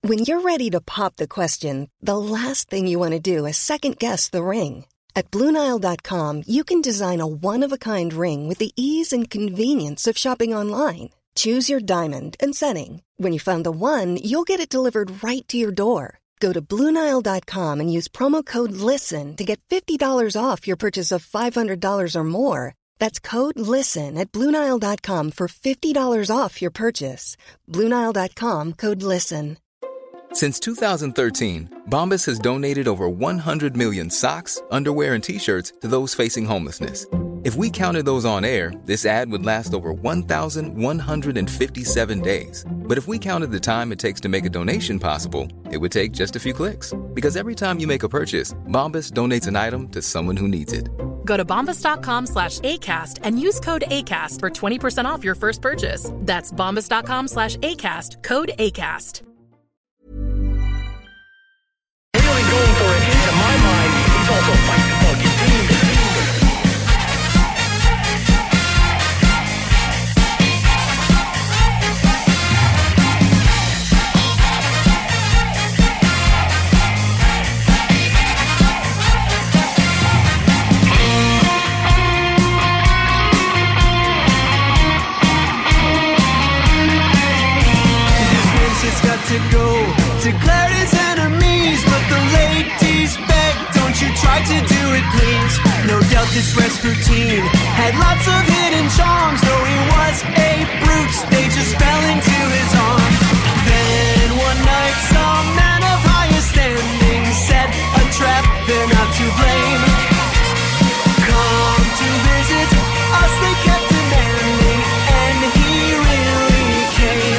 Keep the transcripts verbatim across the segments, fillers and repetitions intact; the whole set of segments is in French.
When you're ready to pop the question, the last thing you want to do is second-guess the ring. At Blue Nile dot com, you can design a one-of-a-kind ring with the ease and convenience of shopping online. Choose your diamond and setting. When you find the one, you'll get it delivered right to your door. Go to Blue Nile dot com and use promo code LISTEN to get fifty dollars off your purchase of five hundred dollars or more. That's code LISTEN at Blue Nile dot com for fifty dollars off your purchase. Blue Nile dot com, code LISTEN. Since two thousand thirteen, Bombas has donated over one hundred million socks, underwear, and T-shirts to those facing homelessness. If we counted those on air, this ad would last over one thousand one hundred fifty-seven days. But if we counted the time it takes to make a donation possible, it would take just a few clicks. Because every time you make a purchase, Bombas donates an item to someone who needs it. Go to bombas.com slash ACAST and use code ACAST for twenty percent off your first purchase. That's bombas.com slash ACAST, code ACAST. Really going for it, and in my mind, he's also fighting the fucking team. It's got to go, declared his enemies, but the ladies beg, don't you try to do it please. No doubt this Rasputin had lots of hidden charms, though he was a brute, they just fell into his arms. Then one night some man of higher standing set a trap, they're not to blame. Come to visit us, they kept demanding, and he really came.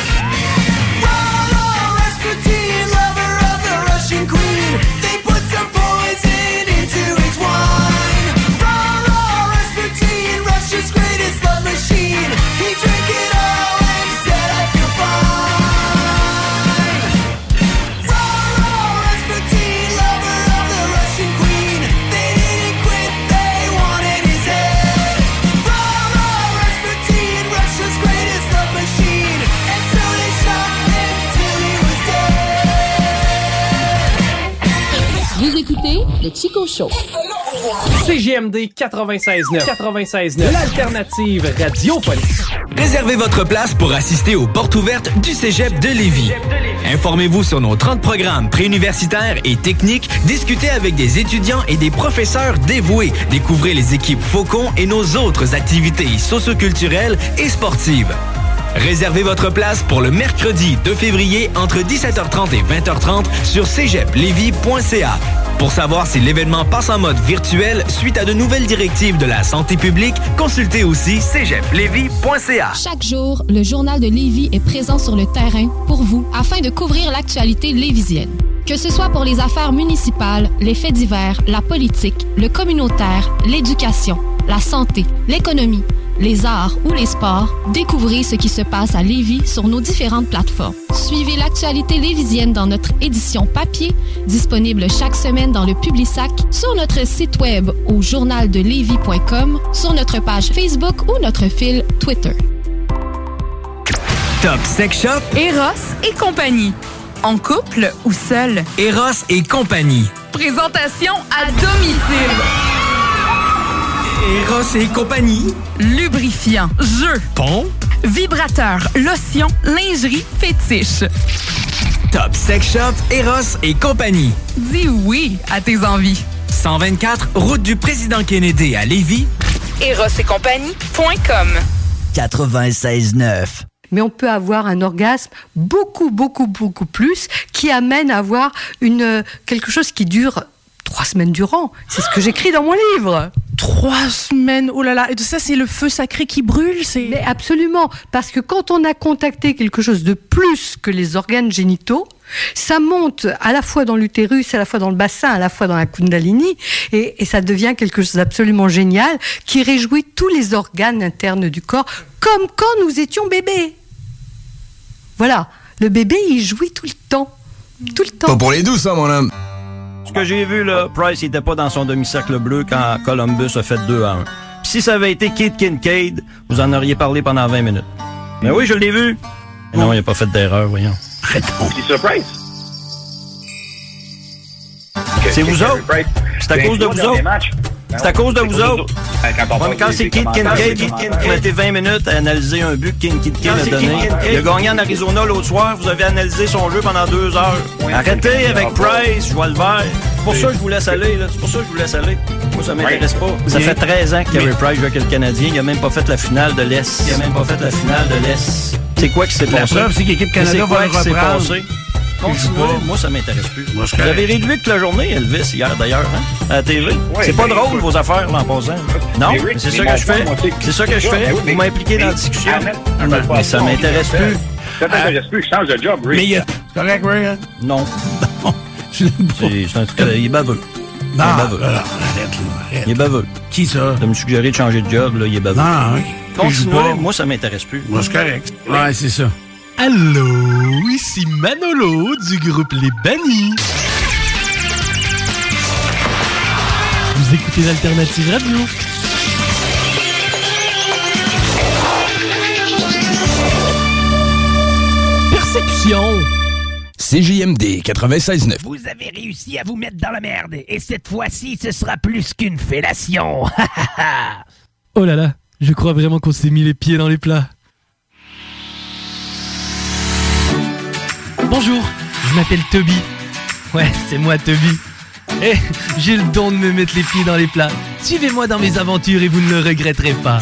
Queen, they put some poison into his wine. Rah, rah, Rasputin, Russia's greatest love machine. He drank it all and said, I feel fine. Rah, rah, Rasputin, lover of the Russian queen. They didn't quit, they wanted his head. Rah, rah, Rasputin, Russia's greatest love machine. And so they shot him till he was dead. Vous écoutez le Chico Show. C G M D quatre-vingt-seize neuf. quatre-vingt-seize neuf. L'alternative radiophonique. Réservez votre place pour assister aux portes ouvertes du Cégep de Lévis. Informez-vous sur nos trente programmes préuniversitaires et techniques. Discutez avec des étudiants et des professeurs dévoués. Découvrez les équipes Faucon et nos autres activités socioculturelles et sportives. Réservez votre place pour le mercredi deux février entre dix-sept heures trente et vingt heures trente sur cégep lévis point c a. Pour savoir si l'événement passe en mode virtuel suite à de nouvelles directives de la santé publique, consultez aussi cégep lévis point c a. Chaque jour, le Journal de Lévis est présent sur le terrain pour vous afin de couvrir l'actualité lévisienne. Que ce soit pour les affaires municipales, les faits divers, la politique, le communautaire, l'éducation, la santé, l'économie, les arts ou les sports, découvrez ce qui se passe à Lévis sur nos différentes plateformes. Suivez l'actualité lévisienne dans notre édition papier, disponible chaque semaine dans le Publisac, sur notre site web au journal de lévis point com, sur notre page Facebook ou notre fil Twitter. Top Sex Shop, Eros et compagnie. En couple ou seul? Eros et compagnie. Présentation à domicile. Eros et compagnie. Lubrifiant, jeu, pont, vibrateur, lotion, lingerie, fétiche. Top Sex Shop, Eros et compagnie. Dis oui à tes envies. cent vingt-quatre, route du Président Kennedy à Lévis. eros et compagnie point com. quatre-vingt-seize neuf. Mais on peut avoir un orgasme beaucoup, beaucoup, beaucoup plus qui amène à avoir une, quelque chose qui dure trois semaines durant. C'est ce que j'écris dans mon livre. Trois semaines, oh là là, et ça c'est le feu sacré qui brûle, c'est... Mais absolument, parce que quand on a contacté quelque chose de plus que les organes génitaux, ça monte à la fois dans l'utérus, à la fois dans le bassin, à la fois dans la kundalini, et, et ça devient quelque chose d'absolument génial qui réjouit tous les organes internes du corps, comme quand nous étions bébés. Voilà, le bébé il jouit tout le temps, tout le temps. Pas pour les douces, hein, mon homme. Ce que j'ai vu, là, Price n'était pas dans son demi-cercle bleu quand Columbus a fait deux à un. Puis si ça avait été Keith Kincaid, vous en auriez parlé pendant vingt minutes. Mais oui, je l'ai vu. Mais non, il n'a pas fait d'erreur, voyons. Petit surprise. C'est vous autres. C'est à cause de vous autres. C'est à cause de vous autres. Ouais, mais quand c'est Keith Kincaid qui a été vingt minutes à analyser un but que Keith Kincaid a donné, il a gagné en Arizona l'autre soir, vous avez analysé son jeu pendant deux heures. Arrêtez avec Price, je vois le vert. C'est pour ça que je vous laisse aller, là. C'est pour ça que je vous laisse aller. Moi, ça m'intéresse pas. Ça fait treize ans que Carey Price joue avec le Canadien. Il a même pas fait la finale de l'Est. Il a même pas fait la finale de l'Est. C'est quoi qui s'est passé? La preuve, c'est que l'équipe Canada va le reprendre. Continuez, moi ça m'intéresse plus. Moi, vous avez réduit toute la journée, Elvis, hier d'ailleurs, hein, à la T V. Oui, c'est pas ben, drôle, vos affaires, là, en passant. Non, mais c'est ça que je fais. C'est ça que je fais. Vous m'impliquez dans la discussion. Mais ça m'intéresse plus. Ça m'intéresse plus, je change de job, Rick. Mais c'est correct, Rick? Hein? Non. C'est un truc. Il est baveux. Non, arrête, là, arrête. Il est baveux. Qui ça? De me suggérer de changer de job, là, il est baveux. Non, oui. Continuez, moi ça m'intéresse plus. Moi, c'est correct. Ouais, c'est ça. Allô, ici Manolo du groupe Les Bannis. Vous écoutez l'Alternative Radio. Persécution. C J M D quatre-vingt-seize neuf. Vous avez réussi à vous mettre dans la merde, et cette fois-ci, ce sera plus qu'une fellation. Oh là là, je crois vraiment qu'on s'est mis les pieds dans les plats. Bonjour, je m'appelle Toby. Ouais, c'est moi Toby. Eh, j'ai le don de me mettre les pieds dans les plats. Suivez-moi dans mes aventures et vous ne le regretterez pas.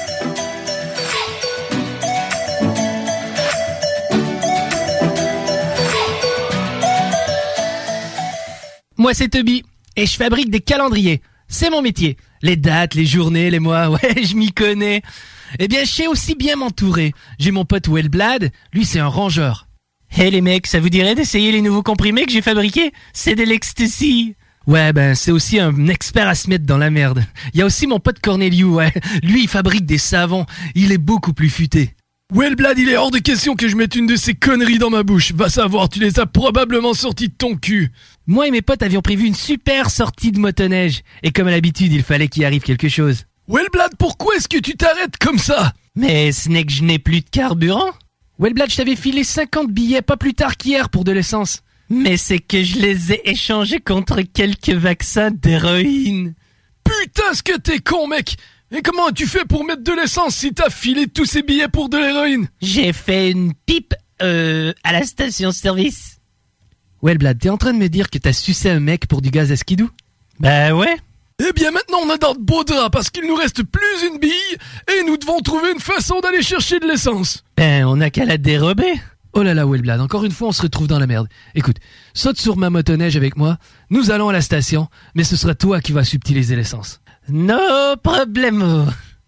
Moi c'est Toby, et je fabrique des calendriers. C'est mon métier. Les dates, les journées, les mois, ouais, je m'y connais. Eh bien, je sais aussi bien m'entourer. J'ai mon pote Wellblad, lui c'est un rangeur. Hé hey les mecs, ça vous dirait d'essayer les nouveaux comprimés que j'ai fabriqués? C'est de l'ecstasy. Ouais, ben c'est aussi un expert à se mettre dans la merde. Il y a aussi mon pote Corneliu, ouais. Lui, il fabrique des savons. Il est beaucoup plus futé. Wellblad, il est hors de question que je mette une de ces conneries dans ma bouche. Va savoir, tu les as probablement sorties de ton cul. Moi et mes potes avions prévu une super sortie de motoneige. Et comme à l'habitude, il fallait qu'il arrive quelque chose. Wellblad, pourquoi est-ce que tu t'arrêtes comme ça? Mais ce n'est que je n'ai plus de carburant. Wellblad, je t'avais filé cinquante billets pas plus tard qu'hier pour de l'essence. Mais c'est que je les ai échangés contre quelques vaccins d'héroïne. Putain, ce que t'es con, mec! Et comment as-tu fait pour mettre de l'essence si t'as filé tous ces billets pour de l'héroïne? J'ai fait une pipe, euh, à la station-service. Wellblad, t'es en train de me dire que t'as sucé un mec pour du gaz à skidoo? Bah ouais. Eh bien maintenant on a dans de beaux draps parce qu'il nous reste plus une bille et nous devons trouver une façon d'aller chercher de l'essence. Ben on a qu'à la dérober. Oh là là Wellblad, encore une fois on se retrouve dans la merde. Écoute, saute sur ma motoneige avec moi, nous allons à la station, mais ce sera toi qui vas subtiliser l'essence. No problemo.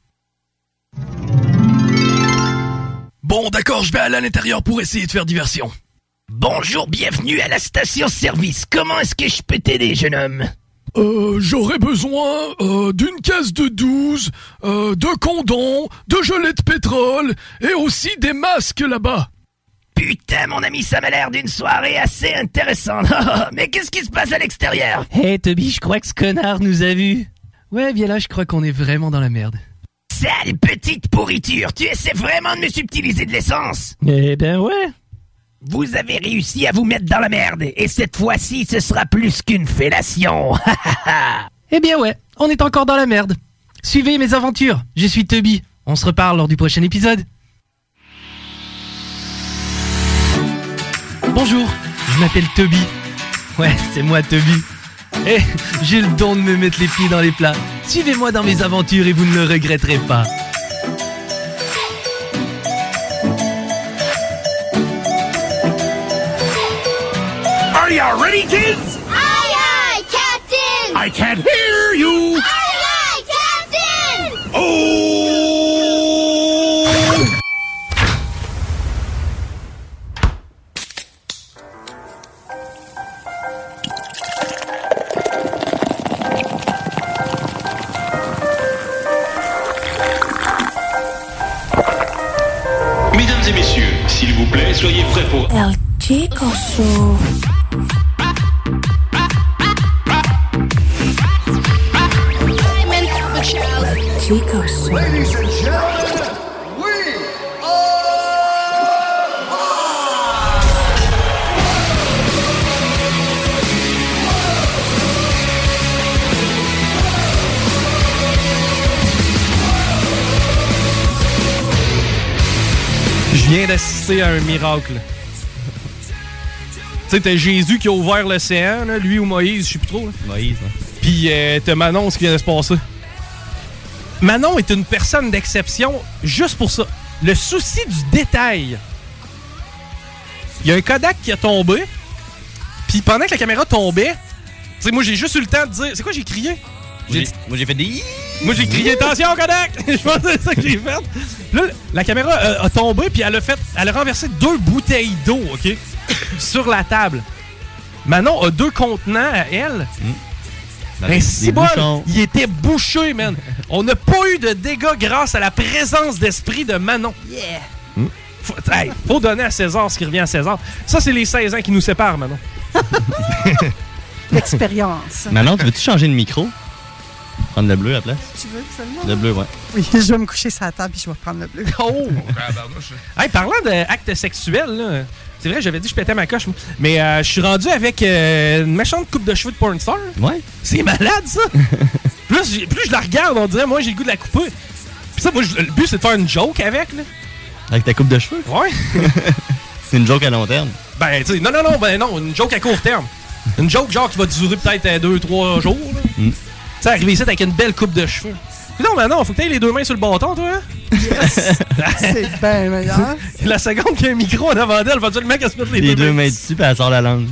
Bon d'accord, je vais aller à l'intérieur pour essayer de faire diversion. Bonjour, bienvenue à la station-service. Comment est-ce que je peux t'aider, jeune homme? Euh, j'aurais besoin euh, d'une caisse de douze, euh, de condoms, de gelées de pétrole et aussi des masques là-bas. Putain, mon ami, ça m'a l'air d'une soirée assez intéressante. Mais qu'est-ce qui se passe à l'extérieur? Hé, hey, Toby, je crois que ce connard nous a vus. Ouais, bien là, je crois qu'on est vraiment dans la merde. Sale petite pourriture, tu essaies vraiment de me subtiliser de l'essence? Eh ben ouais. Vous avez réussi à vous mettre dans la merde, et cette fois-ci, ce sera plus qu'une fellation. Eh bien ouais, on est encore dans la merde. Suivez mes aventures, je suis Toby. On se reparle lors du prochain épisode. Bonjour, je m'appelle Toby. Ouais, c'est moi Toby. Eh, j'ai le don de me mettre les pieds dans les plats. Suivez-moi dans mes aventures et vous ne le regretterez pas. Are you ready, kids? Aye, aye, Captain! I can't hear you! Aye, aye, Captain! Oh! Mesdames et messieurs, s'il vous plaît, soyez prêts pour... El Chico Show. Chico Show. Ladies and gentlemen, we are viens d'assister à un miracle. Tu sais, t'as Jésus qui a ouvert l'océan, là, lui ou Moïse, je sais plus trop. Là. Moïse, hein. Puis euh, t'as Manon, ce qui vient de se passer. Manon est une personne d'exception juste pour ça. Le souci du détail. Il y a un Kodak qui a tombé, puis pendant que la caméra tombait, tu sais, moi j'ai juste eu le temps de dire... C'est quoi j'ai crié? J'ai dit... Moi j'ai fait des... Moi j'ai crié « Attention Kodak! » Je pense que c'est ça que j'ai fait. Là, la caméra a, a tombé, puis elle a fait... Elle a renversé deux bouteilles d'eau, OK? Sur la table. Manon a deux contenants à elle. Mmh. Ben, si bon, il était bouché, man. On n'a pas eu de dégâts grâce à la présence d'esprit de Manon. Yeah! Mmh. Faut, hey, faut donner à César ce qui revient à César. Ça, c'est les seize ans qui nous séparent, Manon. L'expérience. Manon, tu veux-tu changer de micro? Prendre le bleu à la place? Tu veux seulement? Le bleu, ouais. Oui, je vais me coucher sur la table et je vais prendre le bleu. Oh! Hey, parlant d'actes sexuels, là, c'est vrai, j'avais dit que je pétais ma coche, moi. Mais euh, je suis rendu avec euh, une méchante coupe de cheveux de porn star. Ouais. C'est malade, ça! plus, plus je la regarde, on dirait, moi, j'ai le goût de la couper. Puis ça, moi, je, le but, c'est de faire une joke avec, là. Avec ta coupe de cheveux? Ouais. C'est une joke à long terme? Ben, tu sais, non, non, non, ben non, une joke à court terme. Une joke, genre, qui va durer peut-être deux, trois jours, là. Mm. Tu sais, arriver ici avec une belle coupe de cheveux. Non, mais non, faut que t'aies les deux mains sur le bâton, toi, hein? Yes! C'est bien meilleur. La seconde qu'il y a un micro en avant d'elle, faut que le mec se mette les, les deux, deux mains mains dessus, puis elle sort la langue.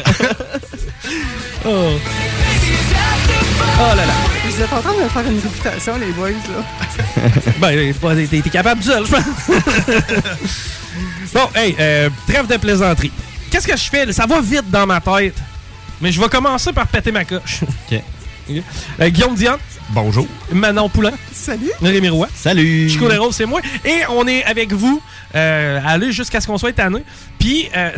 Oh. Oh là là. Vous êtes en train de me faire une réputation, les boys, là. Ben, t'es, t'es capable seul, je pense. Bon, hey, euh, trêve de plaisanterie. Qu'est-ce que je fais, là? Ça va vite dans ma tête. Mais je vais commencer par péter ma coche. OK. Okay. Euh, Guillaume Diane. Bonjour. Manon Poulain. Salut. Rémi Roy. Salut. Chico Desroses, c'est moi. Et on est avec vous, euh, aller jusqu'à ce qu'on soit tanné. Puis, euh...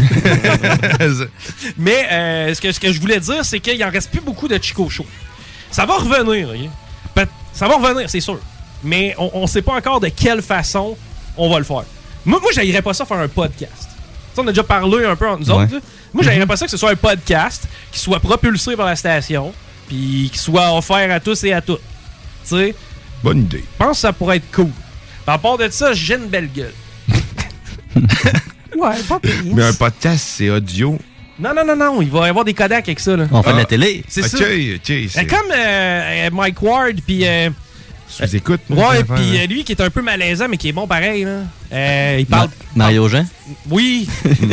mais euh, ce, que, ce que je voulais dire, c'est qu'il en reste plus beaucoup de Chico Show. Ça va revenir, okay? Ça va revenir, c'est sûr. Mais on ne sait pas encore de quelle façon on va le faire. Moi, moi j'haïrais pas ça faire un podcast. T'sais, on a déjà parlé un peu entre nous ouais. autres. Là. Moi, j'aimerais pas ça que ce soit un podcast qui soit propulsé par la station puis qui soit offert à tous et à toutes. Tu sais? Bonne idée. Je pense que ça pourrait être cool. Par rapport de ça, j'ai une belle gueule. Ouais, pas pire. Mais un podcast, c'est audio. Non, non, non, non. Il va y avoir des Kodak avec ça. Là. On fait ah. de la télé. C'est okay, ça. OK, c'est... Comme euh, Mike Ward, puis... Euh, Sous écoute. Ouais, puis euh, lui qui est un peu malaisant, mais qui est bon pareil. Là. Euh, il parle... Ma- Mario Jean? Oui.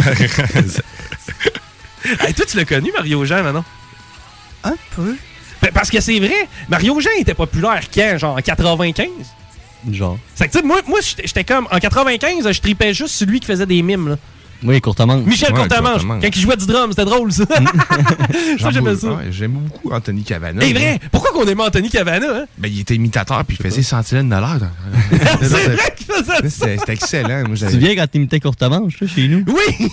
Hey, toi, tu l'as connu, Mario Jean, maintenant? Un peu. Ben, parce que c'est vrai, Mario Jean était populaire quand? Genre en quatre-vingt-quinze? Genre. C'est que, tu sais, moi, moi j'étais, j'étais comme... En quatre-vingt-quinze, je tripais juste celui qui faisait des mimes, là. Oui, Courtemanche. Michel ouais, Courtemanche. Courtemanche. Quand il jouait du drum, c'était drôle, ça. Ça, j'aimais ça. Ouais, j'aime beaucoup Anthony Cavana. C'est vrai. Pourquoi qu'on aimait Anthony Cavana, hein? Ben, il était imitateur puis il faisait Sentinelle de l'heure. C'est vrai qu'il faisait ça. C'était, c'était excellent. Moi, tu te souviens quand t'imitais Courtemanche, là, chez nous? Oui!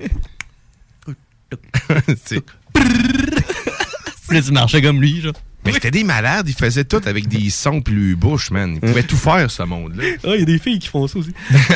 C'est... Là, tu marchais comme lui, genre. Mais c'était des malades, ils faisaient tout avec des sons pis le bouche, man. Ils pouvaient tout faire, ce monde-là. Ah, il y a des filles qui font ça aussi.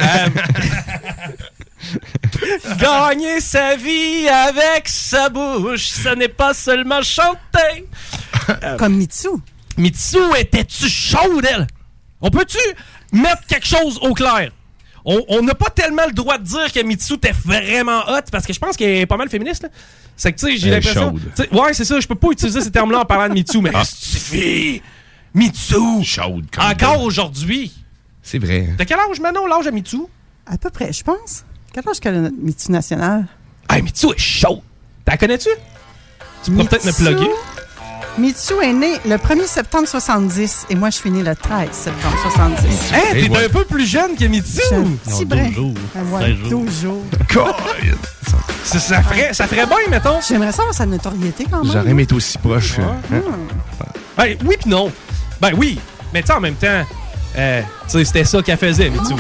Gagner sa vie avec sa bouche, ce n'est pas seulement chanter. Euh, Comme Mitsu. Mitsu, étais-tu chaude, elle? On peut-tu mettre quelque chose au clair? On n'a pas tellement le droit de dire que Mitsu était vraiment hot, parce que je pense qu'elle est pas mal féministe, là. C'est que, tu sais, j'ai elle l'impression... Ouais, c'est ça, je peux pas utiliser ces termes-là en parlant de Mitsu, mais... Ah, fille! Mitsu! Chaude, comme encore même. Aujourd'hui! C'est vrai. T'as quel âge, Manon, l'âge à Mitsu? À peu près, je pense. Quel âge qu'elle a notre Mitsu national? Hey, Mitsu est chaude! T'as connais-tu? Tu pourrais peut-être me plugger. Mitsu est né le premier septembre soixante-dix et moi, je suis né le treize septembre soixante-dix. Hey, t'es ouais. un peu plus jeune que Mitsu! Petit brin. Ouais, douze jours. ça, ça, ferait, ça ferait bien, mettons. J'aimerais savoir sa notoriété quand même. J'aurais aimé être aussi proche. Ouais. Hein? Ben, oui pis non. Ben oui, mais tu sais, en même temps, euh, tu sais, c'était ça qu'elle faisait, Mitsu.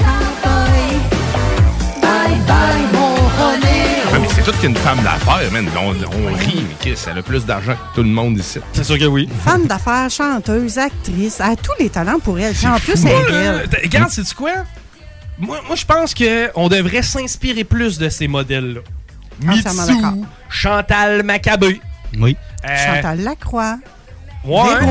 Bye bye, mon René. Ah, mais c'est toute qu'une femme d'affaires, man. On, on rit, mais qu'est-ce, elle a plus d'argent que tout le monde ici. C'est sûr que oui. Femme d'affaires, chanteuse, actrice, elle a tous les talents pour elle. En plus, elle est belle. Regarde, sais-tu quoi? Moi, moi je pense qu'on devrait s'inspirer plus de ces modèles-là. Mitsu, Chantal Maccabé. Oui. Euh, Chantal Lacroix. Ouais.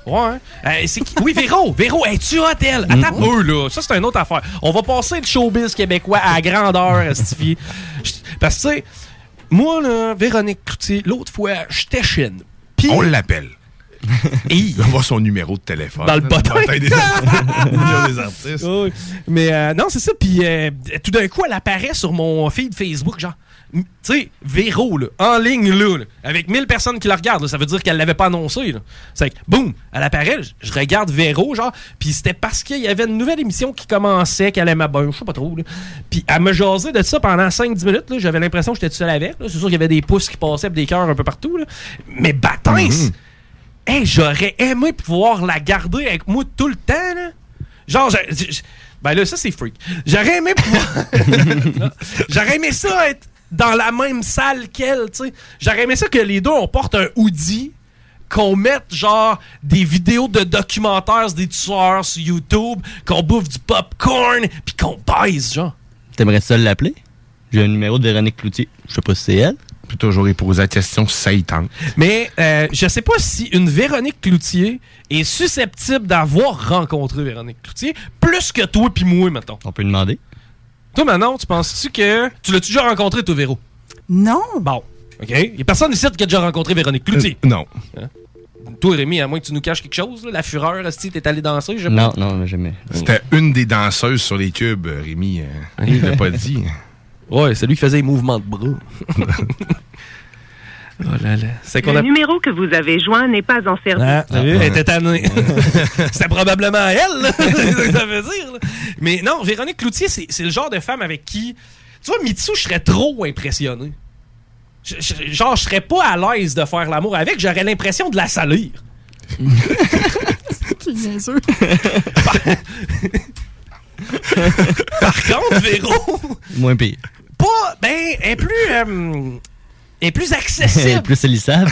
Ouais. Euh, c'est qui? Oui, Véro. Véro, es-tu hot, elle? Attends un peu, là. Ça, c'est une autre affaire. On va passer le showbiz québécois à grandeur, Estifié. Parce que, tu sais, moi, là, Véronique Cloutier, l'autre fois, j'étais chine. Pis... On l'appelle. Et... On va voir son numéro de téléphone. Dans le bottin. Dans le bottin des, des artistes. Oui. Mais euh, non, c'est ça. Puis euh, tout d'un coup, elle apparaît sur mon feed Facebook, genre, tu sais, Véro, là, en ligne, là, là, avec mille personnes qui la regardent. Là, ça veut dire qu'elle l'avait pas annoncé. Là. C'est que, boum, elle apparaît, je, je regarde Véro, genre, puis c'était parce qu'il y avait une nouvelle émission qui commençait, qu'elle aimait bien, je sais pas trop. Puis elle me jasait de ça pendant cinq dix minutes. Là, j'avais l'impression que j'étais tout seul avec. Là. C'est sûr qu'il y avait des pouces qui passaient, des cœurs un peu partout. Là. Mais bâtins! Mm-hmm. Hey, j'aurais aimé pouvoir la garder avec moi tout le temps, là. Genre, j'ai, j'ai, ben là, ça, c'est freak. J'aurais aimé pouvoir... J'aurais aimé ça être dans la même salle qu'elle, tu sais. J'aurais aimé ça que les deux, on porte un hoodie, qu'on mette, genre, des vidéos de documentaires des tueurs sur YouTube, qu'on bouffe du popcorn, puis qu'on baise, genre. T'aimerais ça l'appeler? J'ai un numéro de Véronique Cloutier. Je sais pas si c'est elle. Puis toujours y poser la question si ça y tente. Mais euh, je sais pas si une Véronique Cloutier est susceptible d'avoir rencontré Véronique Cloutier plus que toi pis moi, mettons. On peut demander. Toi, Manon, tu penses-tu que... Tu l'as-tu déjà rencontré, toi, Véro? Non. Bon, OK. Il y a personne ici qui a déjà rencontré Véronique Cloutier. Euh, non. Hein? Toi, Rémi, à moins que tu nous caches quelque chose, là, la fureur, est-ce que t'es allé danser? Je non, non, mais jamais. C'était une des danseuses sur les cubes, Rémi. Euh, il l'a pas dit. Ouais, c'est lui qui faisait les mouvements de bras. Oh là là. C'est Le a... numéro que vous avez joint n'est pas en service. Ah, ah, elle était tannée. C'était probablement elle, là. C'est ça veut dire. Là. Mais non, Véronique Cloutier, c'est, c'est le genre de femme avec qui... Tu vois, Mitsu, je serais trop impressionné. Je, je, genre, je serais pas à l'aise de faire l'amour avec. J'aurais l'impression de la salir. C'est bien sûr. Par contre, Véro... Moins pire. Pas... Ben, elle est plus... Euh, elle est plus accessible. Elle est plus élissable.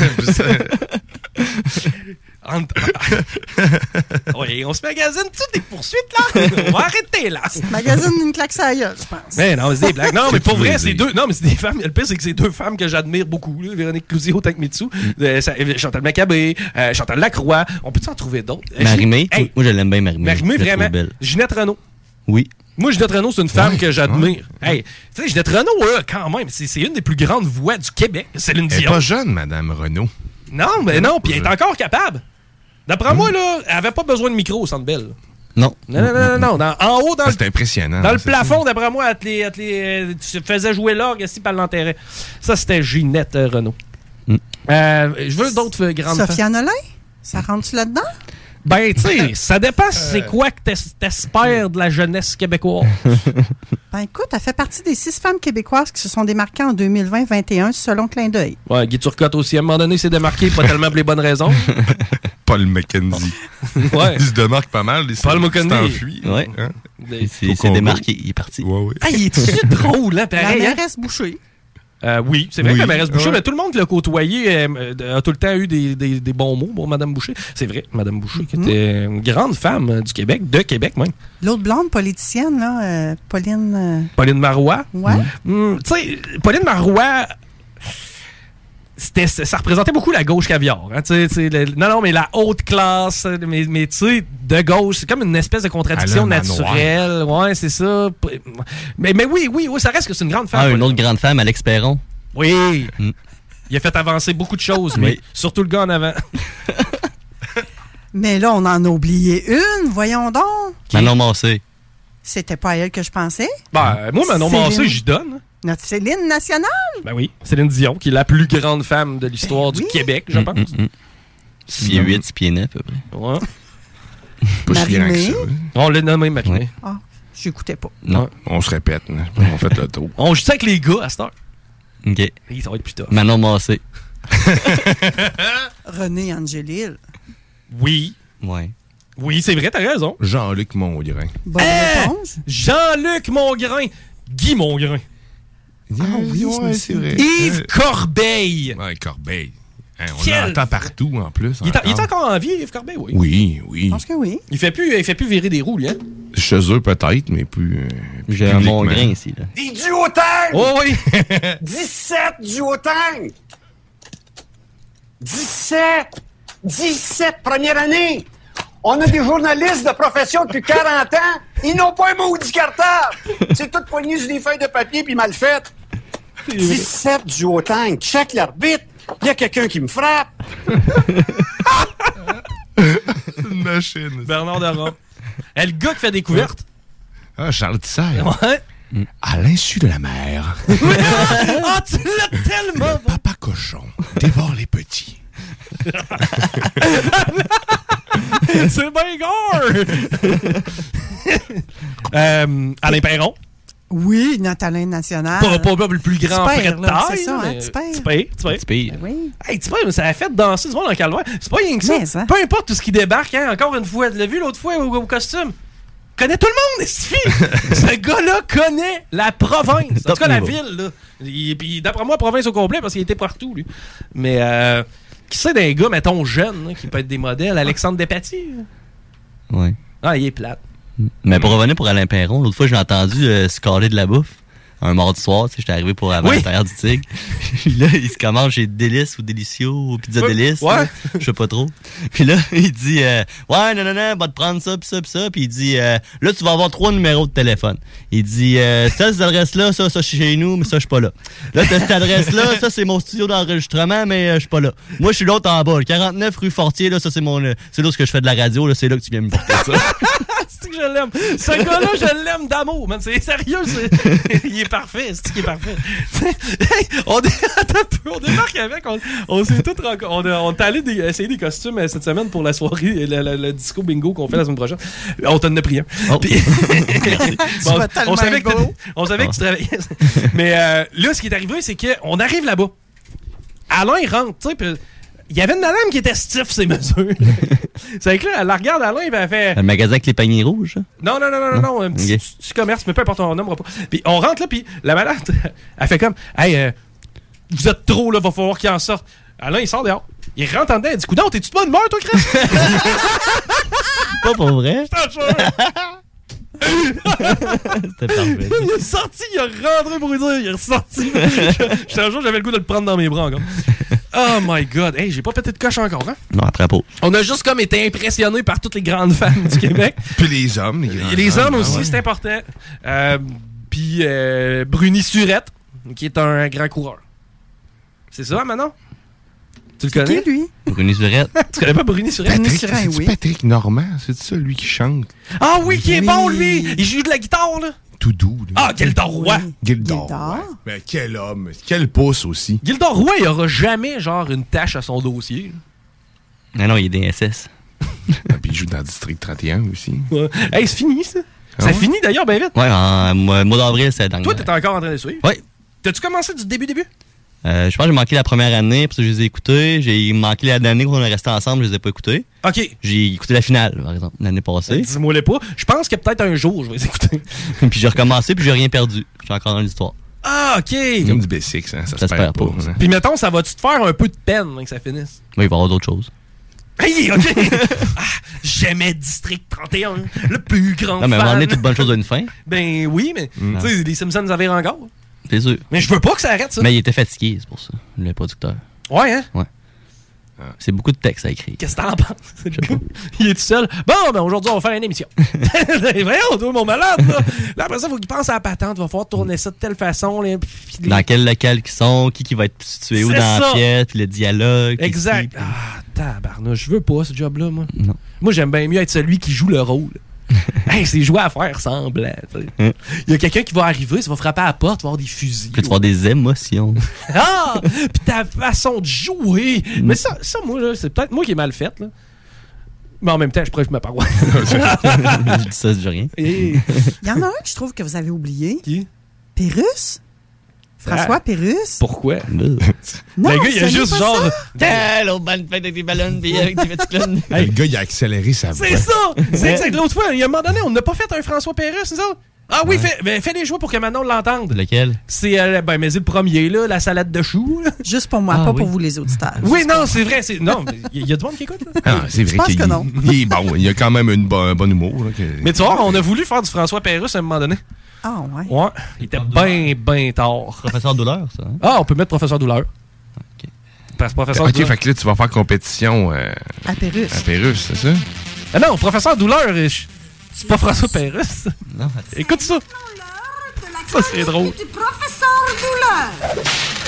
Oui, on se magasine toutes des poursuites, là. On va arrêter, là. Magazine une claque à la gueule, je pense. Mais non, c'est des blagues. Non, mais pour vrai, c'est deux... Non, mais c'est des femmes... Le pire, c'est que c'est deux femmes que j'admire beaucoup, là. Véronique Cloutier, autant que Mitsu. Mm. Euh, ça, Chantal Macabé, euh, Chantal Lacroix. On peut en trouver d'autres? Marimé. Hey, moi, je l'aime bien, Marimé. Marimé, vraiment. Ginette Renault. Oui. Moi, Ginette Renault, c'est une femme ouais, que j'admire. Ouais. Hey, tu sais, Ginette Renault, là, quand même, c'est, c'est une des plus grandes voix du Québec. C'est une Dion. Elle est pas jeune, Madame Renault. Non, mais non, puis elle est encore capable. D'après hum. moi, là, elle avait pas besoin de micro au Centre Bell. Non. Non, non, non, non. non. Dans, en haut, dans ah, le... C'est impressionnant. Dans le plafond, ça. D'après moi, elle te les, elle te les, tu faisais jouer l'orgue ici par l'enterrer. Ça, c'était Ginette Renault. Hum. Euh, je veux d'autres grandes femmes. Sophia Nolin? Ça rentre-tu là-dedans? Ben, tu sais, ça dépend c'est quoi que t'espères de la jeunesse québécoise. Ben, écoute, elle fait partie des six femmes québécoises qui se sont démarquées en deux mille vingt vingt et un selon Clin d'œil. Ouais, Guy Turcotte aussi, à un moment donné, s'est démarqué, pas tellement pour les bonnes raisons. Paul McKenzie. Ouais. Il se démarque pas mal. Paul McKenzie. Il s'enfuit. Ouais. Hein? Il s'est, s'est démarqué, il est parti. Ouais, ouais. Ah, il est-tu drôle, là, pareil? La mairesse Boucher. Euh, oui, c'est vrai oui. que la mairesse Boucher, ouais. mais tout le monde qui l'a côtoyé euh, a tout le temps eu des, des, des bons mots pour Mme Boucher. C'est vrai, Mme Boucher, qui mm-hmm. était une grande femme euh, du Québec, de Québec même. L'autre blonde politicienne, là, euh, Pauline... Euh... Pauline Marois. Ouais. Mm, tu sais, Pauline Marois... C'était, ça représentait beaucoup la gauche caviar. Hein, t'sais, t'sais, le, non, non, mais la haute classe, mais, mais tu sais, de gauche, c'est comme une espèce de contradiction naturelle. Ouais, c'est ça. Mais, mais oui, oui, oui, ça reste que c'est une grande femme. Ah, une autre grande femme, Alex Perron. Oui. Mm. Il a fait avancer beaucoup de choses, mais oui. Surtout le gars en avant. Mais là, on en a oublié une, voyons donc. Manon Massé. C'était pas à elle que je pensais. Ben, moi, Manon Massé, j'y donne. Notre Céline nationale? Ben oui, Céline Dion, qui est la plus grande femme de l'histoire ben du oui. Québec, je pense. six pieds huit, six pieds neuf, à peu près. Ouais. Pas si bien que ça. On l'a nommé Marimé. Ouais. Ah, j'écoutais pas. Non. Ouais. On se répète. Hein. On fait le tour. On joue ça avec les gars à cette heure. OK. Et ça va être plus tard. Manon Massé. René Angélil. Oui. Ouais. Oui, c'est vrai, t'as raison. Jean-Luc Mongrain. Bonne euh, réponse. Jean-Luc Mongrain. Guy Mongrain. Ah oui, ouais, c'est vrai. Yves Corbeil. Ouais, Corbeil. Hein, on Quel... l'entend partout, en plus. Il est, il est encore en vie, Yves Corbeil, oui. Oui, oui. Je pense que oui. Il fait plus, il fait plus virer des roues, lui, hein? Chez eux, peut-être, mais plus. Euh, plus J'ai un Mongrain ici, là. Des duotangs! Oh oui! dix-sept duotangs! dix-sept! dix-sept première année. On a des journalistes de profession depuis quarante ans. Ils n'ont pas un maudit cartable. C'est tout poigné sur des feuilles de papier puis mal fait. dix-sept du haut-tank. Check l'arbitre. Il y a quelqu'un qui me frappe. Une machine. Bernard Daron. Eh, le gars qui fait des couvertes. Ah, Charles Tisser. Ouais. À l'insu de la mère. Ah, tu l'as tellement. Papa cochon dévore les petits. C'est bien gore! euh, Alain Perron. Oui, notre Alain national. Pas, pas, pas le plus grand Petit frais père, de là, taille. c'est ça, hein, mais- petit père. Petit père, petit père. Petit pire. Oui. Hey, petit père, mais ça a fait danser du monde dans le calvaire. C'est pas rien que ça. Mais ça. Peu importe tout ce qui débarque, hein, encore une fois. Tu l'as vu l'autre fois au, au costume? Connaît tout le monde, est-ce que ce gars-là connaît la province. En tout cas, la ville, là. Il- Puis d'après moi, province au complet, parce qu'il était partout, lui. Mais, euh, qui sait d'un gars, mettons, jeune, là, qui peut être des modèles? Alexandre Despatie? Oui. Ah, il est plate. Mais pour revenir pour Alain Perron, l'autre fois, j'ai entendu euh, se caler de la bouffe. Un mardi soir, tu sais, j'étais arrivé pour avant Oui. l'intérieur du Tigre. Puis là, il se commande chez Délice ou Delicio ou Pizza Ouais. Délice. Ouais. là. Je sais pas trop. Puis là, il dit euh, ouais, non, non, non, va te prendre ça, pis ça, pis ça. Puis il dit euh, là, tu vas avoir trois numéros de téléphone. Il dit euh, ça, cette adresse-là, ça, ça, c'est chez nous, mais ça, je suis pas là. Là, t'as cette adresse-là, ça, c'est mon studio d'enregistrement, mais euh, je suis pas là. Moi, je suis l'autre en bas, le quarante-neuf rue Fortier, là, ça, c'est mon. euh, c'est là où je fais de la radio, là, c'est là que tu viens me porter ça. C'est que je l'aime. Ce gars-là, je l'aime d'amour, man. C'est sérieux, c'est... il est parfait, c'est qu'il est parfait. Hey, on, dé... Attends un peu, on débarque avec, on, on s'est tous rencontrés. On, a- on est allé des- essayer des costumes euh, cette semaine pour la soirée, le, le- le disco bingo qu'on fait la semaine prochaine. On t'en a pris un. Oh. Puis- Tu Bon, vas tellement on savait que, beau. t'étais- on savait que tu travaillais. Mais euh, là, ce qui est arrivé, c'est qu'on arrive là-bas. Alain, il rentre, tu sais, puis il y avait une madame qui était stiff, ses mesures. C'est que là, elle la regarde Alain, puis elle fait... Le magasin avec les paniers rouges. hein? Non, non, non, non, non, non, un petit, Ok. petit commerce, mais peu importe, on nommera pas. Puis on rentre là, puis la malade, elle fait comme, hey, euh, vous êtes trop, là, va falloir qu'il en sorte. Alain, il sort dehors. Il rentre en dedans, il dit, coudonc, t'es-tu de bonne humeur, toi, Chris? Pas pour vrai. Je t'en jure. C'était parfait. Il est sorti, il a rentré pour lui dire, il est ressorti. Je je t'en jure, j'avais le goût de le prendre dans mes bras encore. Oh my god, hey, j'ai pas pété de coche encore, hein? Non, après pas. On a juste comme été impressionnés par toutes les grandes femmes du Québec. Puis les hommes. Les, grands Et les hommes ah aussi, ouais. c'est important. Euh, Puis euh, Bruni Surette, qui est un grand coureur. C'est ça, Manon? Tu le connais? Qui, lui? Bruni Surette. Tu connais pas Bruni Surette? Patrick, Surin, c'est-tu oui. Patrick Normand, c'est ça, lui qui chante? Ah oui, qui est Oui. bon, lui! Il joue de la guitare, là. Tout doux. lui. Ah, Gildor Roy! Gildor. Gildor. ouais. Mais quel homme, quel pouce aussi. Gildor Roy, il aura jamais, genre, une tâche à son dossier. Non, non, il est des S S. Ah, puis il joue dans District trente et un aussi. Ouais. Hey, c'est fini, ça. Ah ça ouais? finit, d'ailleurs, bien vite. Ouais, en mois, mois d'avril, c'est la dernière. Toi, t'es encore en train de suivre. Ouais. T'as-tu commencé du début-début? Euh, je pense que j'ai manqué la première année, parce que je les ai écoutés. J'ai manqué l'année où on est resté ensemble, je les ai pas écoutés. OK. J'ai écouté la finale, par exemple, l'année passée. Dis-moi les pas. Je pense que peut-être un jour, je vais les écouter. Puis j'ai recommencé, puis j'ai rien perdu. Je suis encore dans l'histoire. Ah, OK. Comme du B six, hein, ça, Ça se perd pas. hein. Puis mettons, ça va-tu te faire un peu de peine hein, que ça finisse? Oui, il va y avoir d'autres choses. Hey, OK! Ah, j'aimais District trente et un, le plus grand Non, mais à un fan. moment donné, toute bonne chose a une fin. Ben oui, mais Mm. tu sais, les Simpsons avaient encore. C'est sûr. Mais je veux pas que ça arrête, ça. Mais il était fatigué, c'est pour ça, le producteur. Ouais, hein? Ouais. C'est beaucoup de texte à écrire. Qu'est-ce que t'en penses? Il est tout seul. Bon, ben aujourd'hui, on va faire une émission. Voyons, toi, mon malade, là. Là, après ça, il faut qu'il pense à la patente. Il va falloir tourner ça de telle façon. Les... les- Dans quel local qu'ils sont, qui, qui va être situé où C'est dans ça. la pièce, puis le dialogue. puis Exact. ci, puis- Ah, tabarnouche, je veux pas ce job-là, moi. Non. Moi, j'aime bien mieux être celui qui joue le rôle. Hey, c'est jouer à faire semblant. tu sais. Hein? Il y a quelqu'un qui va arriver, ça va frapper à la porte, tu vas avoir des fusils. Puis tu vas avoir des émotions. Ah! Puis ta façon de jouer. Mais ça, ça moi, là, c'est peut-être moi qui ai mal fait, là. Mais en même temps, je prêche ma parole. Je dis ça, je dis rien. Et... Il y en a un que je trouve que vous avez oublié. Qui? Pérus? François Ah. Pérus? Pourquoi? Non, le gars, il a ce juste n'est pas genre. Ah, l'autre bonne fête avec des ballons, puis avec des petits clowns. Hey, le gars, il a accéléré sa voix. C'est ça! C'est exact. L'autre fois, il y a un moment donné, on n'a pas fait un François Pérus, nous autres. Ah oui, fais, ben, fais les choix pour que Manon l'entende. Lequel? C'est, euh, ben, mais c'est le premier, là, la salade de choux. là. Juste pour moi, Ah, pas oui. pour vous les auditeurs. Oui, non, c'est vrai. C'est... Non, mais il y, y a du monde qui écoute, là. Ah, c'est vrai pense qu'il que non. il est bon. Il a quand même une bon, un bon humour. Là, que- Mais tu vois, on a voulu faire du François Pérus à un moment donné. Ah, ouais. Ouais. Il était bien, bien tard. Professeur Douleur, ça. Hein? Ah, on peut mettre Professeur Douleur. Ok. parce que professeur OK, douleur... fait que là, tu vas faire compétition... Euh, à Pérusse. À Pérusse, c'est ça? Ah non, professeur douleur, c'est pas François Pérusse. Non. Écoute ça. Ça, c'est drôle. Du professeur douleur.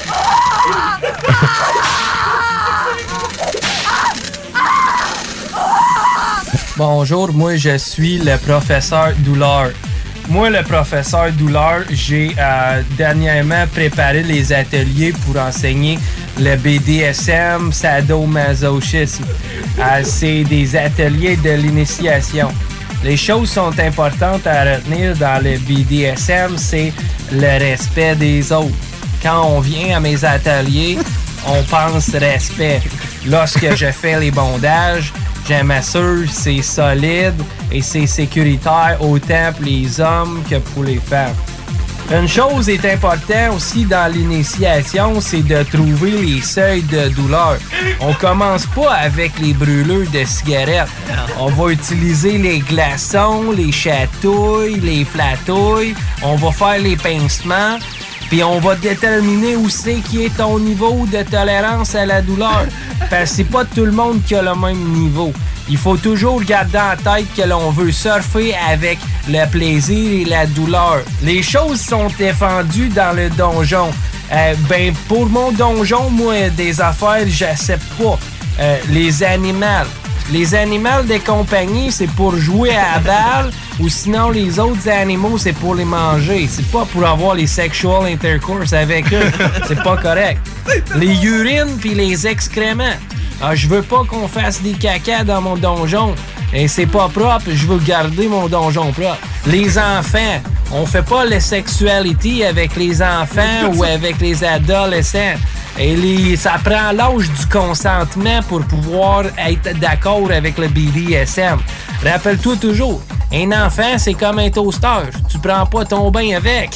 Bonjour, moi je suis le professeur Douleur. Moi, le professeur Douleur, j'ai euh, dernièrement préparé les ateliers pour enseigner le B D S M sadomasochisme. Euh, c'est des ateliers de l'initiation. Les choses sont importantes à retenir dans le B D S M, c'est le respect des autres. Quand on vient à mes ateliers, on pense respect. Lorsque je fais les bondages, je m'assure c'est solide et c'est sécuritaire autant pour les hommes que pour les femmes. Une chose est importante aussi dans l'initiation, c'est de trouver les seuils de douleur. On commence pas avec les brûleurs de cigarettes. On va utiliser les glaçons, les chatouilles, les flatouilles. On va faire les pincements. Puis on va déterminer où c'est qui est ton niveau de tolérance à la douleur. Parce que c'est pas tout le monde qui a le même niveau. Il faut toujours garder en tête que l'on veut surfer avec le plaisir et la douleur. Les choses sont défendues dans le donjon. Euh, ben, pour mon donjon, moi, des affaires, j'accepte pas. Euh, les animaux. Les animaux de compagnie, c'est pour jouer à la balle, ou sinon les autres animaux, c'est pour les manger. C'est pas pour avoir les sexual intercourse avec eux. C'est pas correct. Les urines puis les excréments. Ah, je veux pas qu'on fasse des caca dans mon donjon. Et c'est pas propre, je veux garder mon donjon propre. Les enfants. On fait pas la sexualité avec les enfants ou avec les adolescents. Et les, ça prend l'âge du consentement pour pouvoir être d'accord avec le B D S M. Rappelle-toi toujours, un enfant, c'est comme un toaster. Tu prends pas ton bain avec.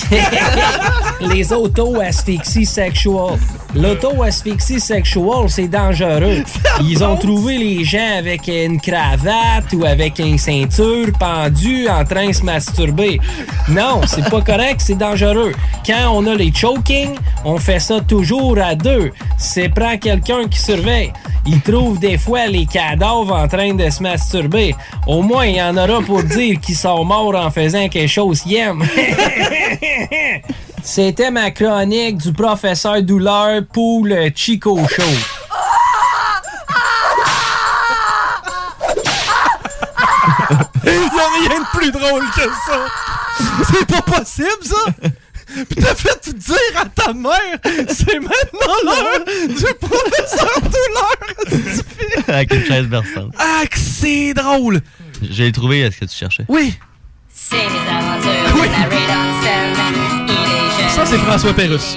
Les auto-asphyxies sexuelles. L'auto-asphyxie sexuelle, c'est dangereux. Ils ont trouvé les gens avec une cravate ou avec une ceinture pendue en train de se masturber. Non, c'est pas correct, c'est dangereux. Quand on a les choking, on fait ça toujours à deux. C'est prend quelqu'un qui surveille. Ils trouvent des fois les cadavres en train de se masturber. Au moins, il y en aura pour dire qu'ils sont morts en faisant quelque chose qu'ils aiment. C'était ma chronique du professeur Douleur pour le Chico Show. Il n'y a rien de plus drôle que ça. C'est pas possible, ça. Pis t'as fait dire à ta mère, c'est maintenant l'heure du professeur Douleur. Avec une chaise berçante. Ah, que c'est drôle. J'ai trouvé ce que tu cherchais. Oui. C'est mes aventures. Oui. Ça, c'est François Pérusse.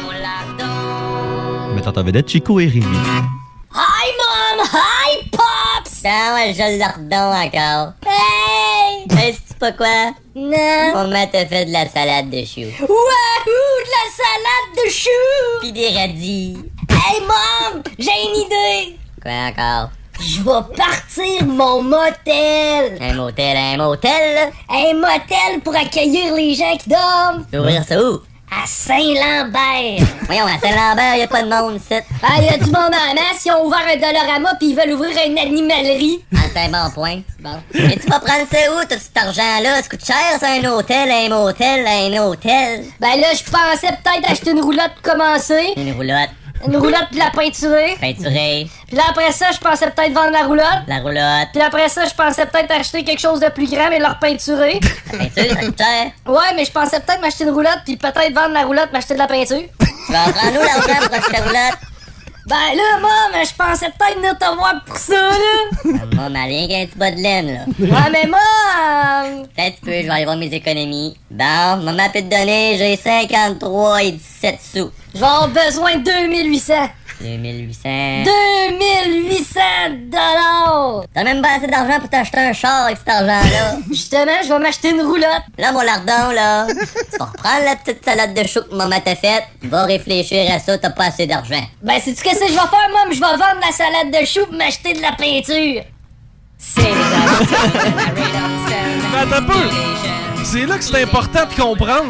Mettant en vedette Chico et Rémi. Hi, Mom! Hi, Pops! Ah ouais, je l'ordonne encore. Hey! Hey, c'est pas quoi? Non. Maman t'a fait de la salade de choux. Wouhou! De la salade de choux! Pis des radis. Hey, Mom! J'ai une idée! Quoi encore? Je vais partir mon motel! Un motel, un motel? Un motel pour accueillir les gens qui dorment! Tu veux ouvrir ça où? À Saint-Lambert! Voyons, à Saint-Lambert, y'a pas de monde, ici. Ah, y'a du monde en masse, ils ont ouvert un Dollarama pis ils veulent ouvrir une animalerie. Ah, c'est un bon point. Bon. Mais tu vas prendre ça où, tout cet argent-là? Ça coûte cher, c'est un hôtel, un motel, un hôtel. Ben là, je pensais peut-être acheter une roulotte pour commencer. Une roulotte? Une roulotte pis la peinturer. Peinturer. Puis là, après ça, je pensais peut-être vendre la roulotte. La roulotte. Puis après ça, je pensais peut-être acheter quelque chose de plus grand, mais leur peinturer. La peinture, ça coûte cher. Ouais, mais je pensais peut-être m'acheter une roulotte, puis peut-être vendre la roulotte, m'acheter de la peinture. Tu vas en prendre où l'argent pour acheter la roulotte? Ben là, Mom, je pensais peut-être venir te voir pour ça, là. Mom, rien qu'un petit bas de laine, là. Ouais, mais Mom! Peut-être tu peux, je vais aller voir mes économies. Bon, Maman peut te donner, j'ai cinquante-trois et dix-sept sous. Je vais avoir besoin de deux mille huit cents. deux mille huit cents. deux mille huit cents dollars! T'as même pas assez d'argent pour t'acheter un char avec cet argent-là. Justement, je vais m'acheter une roulotte. Là, mon lardon, là, tu vas reprendre la petite salade de choux que maman t'a faite, va réfléchir à ça, t'as pas assez d'argent. Ben, sais-tu qu'est-ce que je vais faire, Mom? Je vais vendre la salade de choux pour m'acheter de la peinture. C'est Mais attends un peu! C'est là que c'est important de comprendre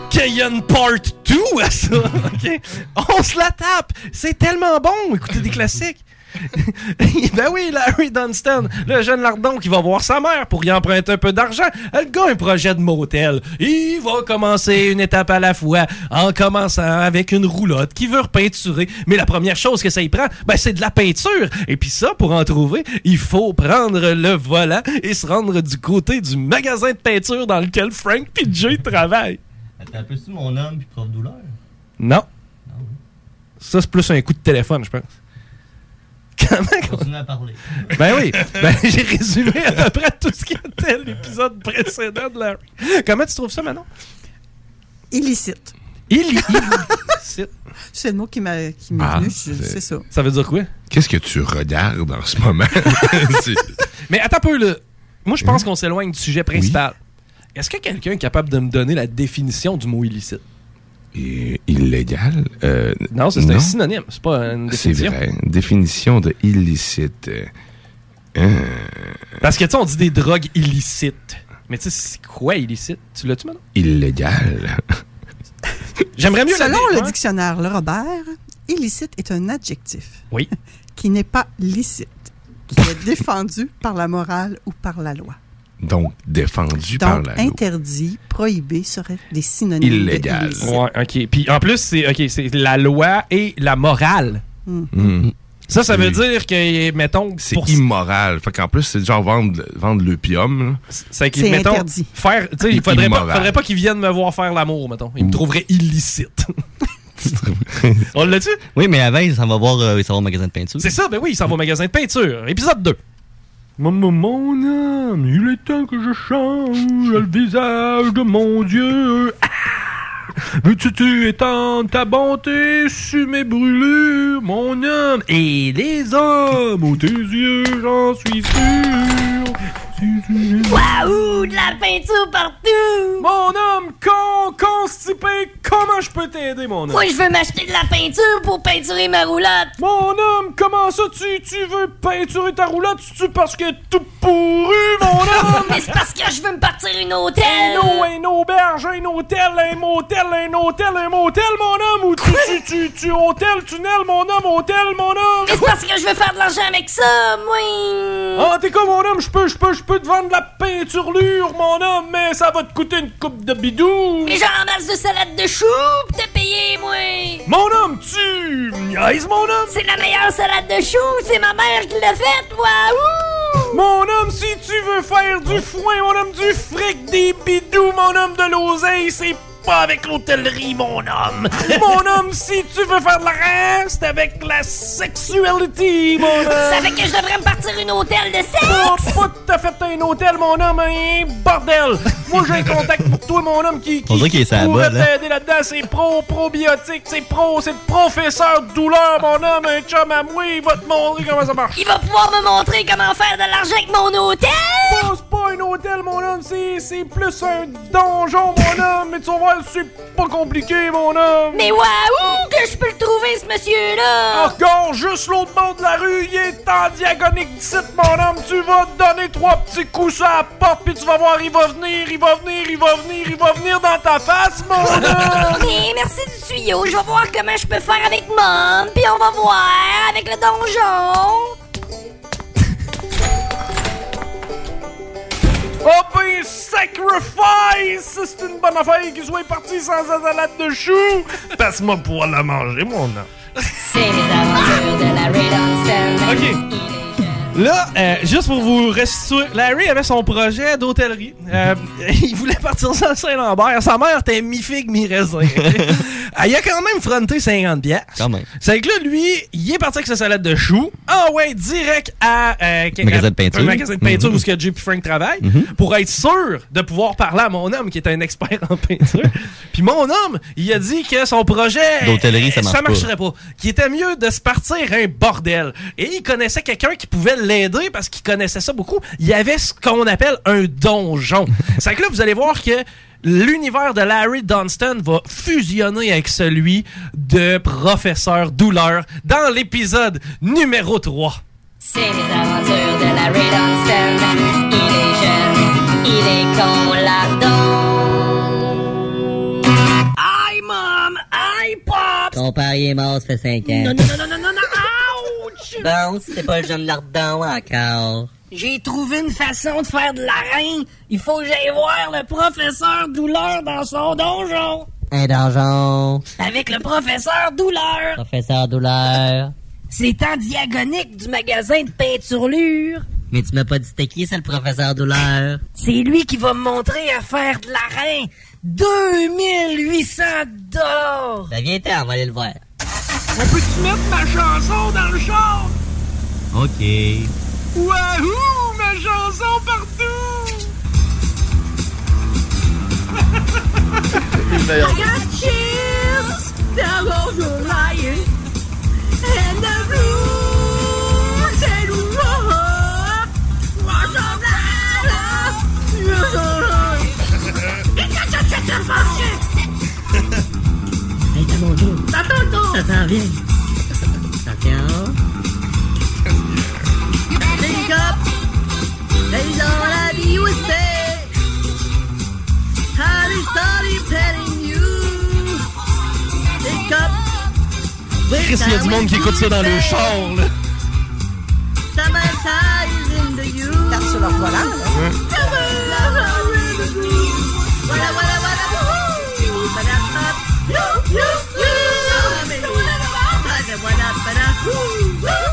qu'il y a une part deux à ça, OK? On se la tape! C'est tellement bon, écoutez des classiques! Ben oui, Larry Dunstan, le jeune lardon qui va voir sa mère pour y emprunter un peu d'argent. Le gars a un projet de motel. Il va commencer une étape à la fois en commençant avec une roulotte qui veut repeinturer. Mais la première chose que ça y prend, ben c'est de la peinture. Et puis ça, pour en trouver, il faut prendre le volant et se rendre du côté du magasin de peinture dans lequel Frank et Jay travaillent. T'appelles-tu mon homme puis prof douleur? Non. Ça, c'est plus un coup de téléphone, je pense. Comment continue à parler. Ben oui, ben j'ai résumé à peu près tout ce qu'il y a de l'épisode précédent de Larry. Comment tu trouves ça, Manon? Illicite. Illicite. C'est le mot qui m'a qui m'est Ah, venu, c'est... je- c'est ça. Ça veut dire quoi? Qu'est-ce que tu regardes en ce moment? C'est- Mais attends un peu, là. Moi, je pense qu'on s'éloigne du sujet principal. Est-ce que quelqu'un est capable de me donner la définition du mot illicite? Et illégal? Euh, Non, c'est, c'est un synonyme, c'est pas une C'est définition. vrai. Définition de illicite. Euh, euh, Parce que, tu sais, on dit des drogues illicites. Mais tu sais, c'est quoi illicite? Tu l'as-tu, Manon? illégal. J'aimerais mieux la Selon dé- le ouais. dictionnaire Le Robert, illicite est un adjectif Oui. qui n'est pas licite, qui est défendu par la morale ou par la loi. Donc, défendu par Donc, la loi. interdit, prohibé seraient des synonymes Illégal. de illicite. Ouais, OK. Puis en plus, c'est, OK, c'est la loi et la morale. Mm. Mm. Ça, ça veut Oui. dire que, mettons... C'est pour- immoral. Fait qu'en plus, c'est genre vendre, vendre l'opium. là. C'est, que, C'est mettons, interdit. faire, tu sais, il faudrait pas, Immoral. faudrait pas qu'ils viennent me voir faire l'amour, mettons. Ils me trouveraient illicite. On l'a-tu? Oui, mais avant, ça va voir, euh, ça va au magasin de peinture. C'est ça, ben oui, il s'en va au magasin de peinture. Épisode deux. Mon, mon, mon âme, il est temps que je change le visage de mon Dieu. Ah! Veux-tu tu étendre ta bonté sur mes brûlures, mon homme? Et les hommes, aux tes yeux, j'en suis sûr. Waouh, de la peinture partout! Mon homme, con, constipé, comment je peux t'aider, mon homme? Moi, je veux m'acheter de la peinture pour peinturer ma roulotte. Mon homme, comment ça, tu, tu veux peinturer ta roulotte? C'est-tu parce que tout pourru, mon homme? Mais c'est parce que je veux me partir une hôtel. Un eau, un auberge, un hôtel, un motel, un hôtel, un motel, mon homme? Ou tu, tu, tu, tu, hôtel, tunnel, mon homme, hôtel, mon homme? Mais c'est parce que je veux faire de l'argent avec ça, moi. Ah, t'es quoi, mon homme? Je peux, je peux, je peux te vendre de la peinturlure, mon homme, mais ça va te coûter une coupe de bidou. Mais j'en masse de salade de choux pis t'as payé, moi. Mon homme, tu niaises, mon homme? C'est la meilleure salade de choux, c'est ma mère qui l'a faite, waouh! Mon homme, si tu veux faire du foin, mon homme, du fric, des bidous, mon homme, de l'oseille, c'est pas avec l'hôtellerie, mon homme. Mon homme, si tu veux faire de la reste avec la sexualité, mon homme. Ça fait que je devrais me partir une hôtel de sexe. Pas, pas tout à fait un hôtel, mon homme, un bordel. Moi, j'ai un contact pour toi, mon homme, qui, qui, On dirait qu'il est qui sur la pourrait bolle, hein? t'aider là-dedans. C'est pro, probiotique, c'est pro, c'est le professeur de douleur, mon homme, un chum à moi, il va te montrer comment ça marche. Il va pouvoir me montrer comment faire de l'argent avec mon hôtel. Pas, c'est pas un hôtel, mon homme, c'est, c'est plus un donjon, mon homme, mais tu vas voir, c'est pas compliqué, mon homme. Mais waouh, que je peux le trouver, ce monsieur-là. Encore juste l'autre bord de la rue, il est en diagonique d'ici, mon homme. Tu vas te donner trois petits coups sur la porte, puis tu vas voir, il va venir, il va venir, il va venir, il va venir dans ta face, mon homme. Mais merci du tuyau, je vais voir comment je peux faire avec Mom, puis on va voir avec le donjon. Oh ben, sacrifice! C'est une bonne affaire qu'il soit parti sans sa salade de choux. Passe-moi pour la manger, mon homme. C'est les aventures de Larry Dunstan. OK. Là, euh, juste pour vous restituer, Larry avait son projet d'hôtellerie. Euh, il voulait partir sans Saint-Lambert. Sa mère était mi-figue, mi-raisin. Il a quand même fronté cinquante piastres. Quand même. C'est que là, lui, il est parti avec sa salade de choux. Ah ouais, direct à... Euh, Magasin de peinture. Un magasin de peinture Mm-hmm. où ce que J P Frank travaille. Mm-hmm. Pour être sûr de pouvoir parler à mon homme qui est un expert en peinture. Puis mon homme, il a dit que son projet... D'hôtellerie, ça marche ça marcherait pas. Qu'il était mieux de se partir un bordel. Et il connaissait quelqu'un qui pouvait l'aider parce qu'il connaissait ça beaucoup. Il y avait ce qu'on appelle un donjon. C'est que là, vous allez voir que l'univers de Larry Dunstan va fusionner avec celui de Professeur Douleur dans l'épisode numéro trois. C'est les aventures de Larry Dunstan. Il est jeune, il est con là-dedans. Mon père, il est mort, ça fait cinq ans. Non, non, non, non, non, non, non, ouch! Bon, c'est pas le jeune lardon encore. J'ai trouvé une façon de faire de l'arin. Il faut que j'aille voir le professeur Douleur dans son donjon. Un donjon. Avec le professeur Douleur. Professeur Douleur. C'est en diagonique du magasin de peinturlure. Mais tu m'as pas dit c'était qui, c'est le professeur Douleur? C'est lui qui va me montrer à faire de l'arin. deux mille huit cents dollars. Ben viens-t'en, on va aller le voir. On peut-tu mettre ma chanson dans le char? OK. Wahoo! Ma chanson partout! I got chills down all your lying and the room said whoa, what's up là? Hey, t'as mon tour. T'as ton tour. Ça s'en vient. Attention. Pick up, there's all I do is say, how they started telling you. Pick up. Chris, il y a du monde qui écoute ça dans le char, là. Tape sur leur volant, là. Ouais. Voilà, voilà, voilà, wouhou! Badap, you, you, you! Badap, badap, badap, wouh!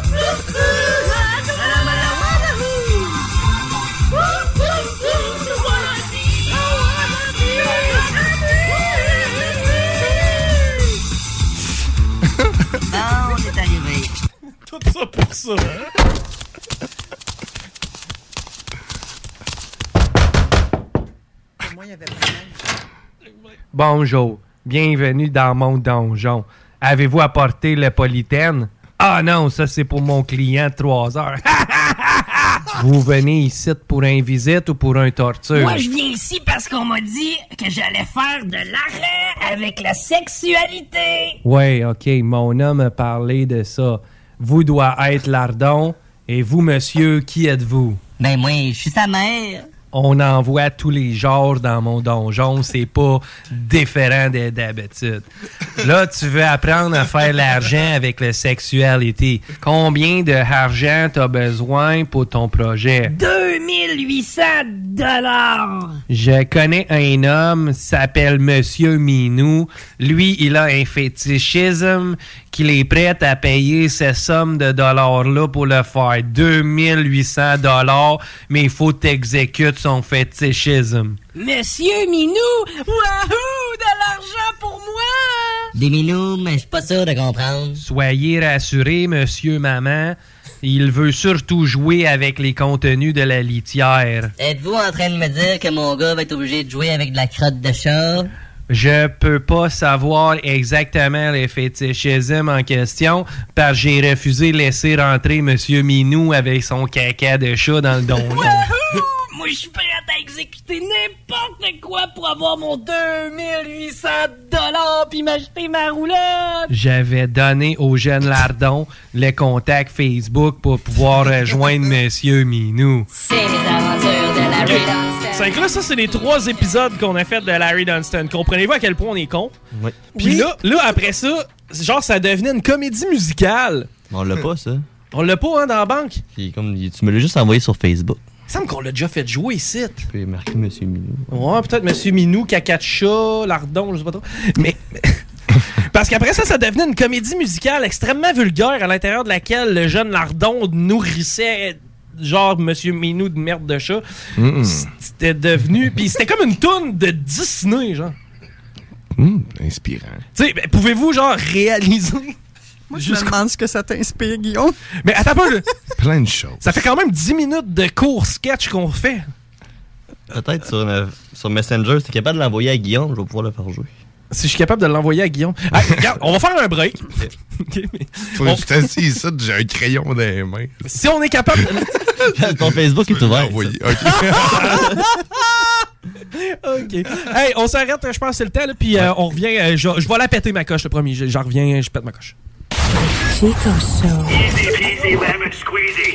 Bon, on est arrivé. Tout ça pour ça, hein? Moi, il y avait pas mal. Bonjour, bienvenue dans mon donjon. Avez-vous apporté le polythène? Ah non, ça c'est pour mon client de trois heures. Vous venez ici pour un visite ou pour un torture? Moi, je viens ici parce qu'on m'a dit que j'allais faire de l'arrêt avec la sexualité. Ouais, ok, mon homme a parlé de ça. Vous doit être Lardon. Et vous, monsieur, qui êtes-vous? Ben moi, je suis sa mère. On en voit tous les genres dans mon donjon, c'est pas différent de d'habitude. Là, tu veux apprendre à faire l'argent avec la sexualité. Combien de argent t'as besoin pour ton projet? deux mille huit cents dollars. Je connais un homme, s'appelle Monsieur Minou. Lui, il a un fétichisme qu'il est prêt à payer cette somme de dollars-là pour le faire. deux mille huit cents dollars, mais il faut t'exécuter son fétichisme. Monsieur Minou, wahoo, de l'argent pour moi! Des minous, mais je suis pas sûr de comprendre. Soyez rassurés, monsieur maman. Il veut surtout jouer avec les contenus de la litière. Êtes-vous en train de me dire que mon gars va être obligé de jouer avec de la crotte de chat? Je peux pas savoir exactement les fétichismes en question, parce que j'ai refusé de laisser rentrer monsieur Minou avec son caca de chat dans le donjon. Wahoo! Moi, je suis prêt à exécuter n'importe quoi pour avoir mon deux mille huit cents dollars puis m'acheter ma roulotte. J'avais donné au jeune Lardon le contact Facebook pour pouvoir rejoindre monsieur Minou. C'est les aventures de Larry Dunstan. C'est que là, ça, c'est les trois épisodes qu'on a fait de Larry Dunstan. Comprenez-vous à quel point on est con? Oui. Puis Oui. là, là, après ça, genre, ça devenait une comédie musicale. On l'a pas, ça. On l'a pas, hein, dans la banque? Puis comme, tu me l'as juste envoyé sur Facebook. Il semble qu'on l'a déjà fait jouer ici. Je peux marquer Monsieur Minou. Ouais, peut-être Monsieur Minou, caca de chat, Lardon, je sais pas trop. Mais... Parce qu'après ça, ça devenait une comédie musicale extrêmement vulgaire à l'intérieur de laquelle le jeune Lardon nourrissait genre Monsieur Minou de merde de chat. Mm. C'était devenu... Puis c'était comme une toune de Disney, genre. Mm, inspirant. Tu sais, ben, pouvez-vous, genre, réaliser... Moi, je me demande ce que ça t'inspire, Guillaume. Mais attends un peu, là. Plein de choses. Ça fait quand même dix minutes de court sketch qu'on fait. Peut-être sur, euh, sur Messenger, si t'es capable de l'envoyer à Guillaume, je vais pouvoir le faire jouer. Si je suis capable de l'envoyer à Guillaume. Hey, regarde, on va faire un break. Okay, mais Faut que on... je t'assise ça, j'ai un crayon dans les mains. Si on est capable de... Ton Facebook est ouvert. Oui, ok. Ok. Hey, on s'arrête, je pense que c'est le temps, là, puis euh, on revient. Euh, je, je vais la péter ma coche, le premier. J'en reviens, je pète ma coche. Chico Show. Easy peasy lemon squeezy.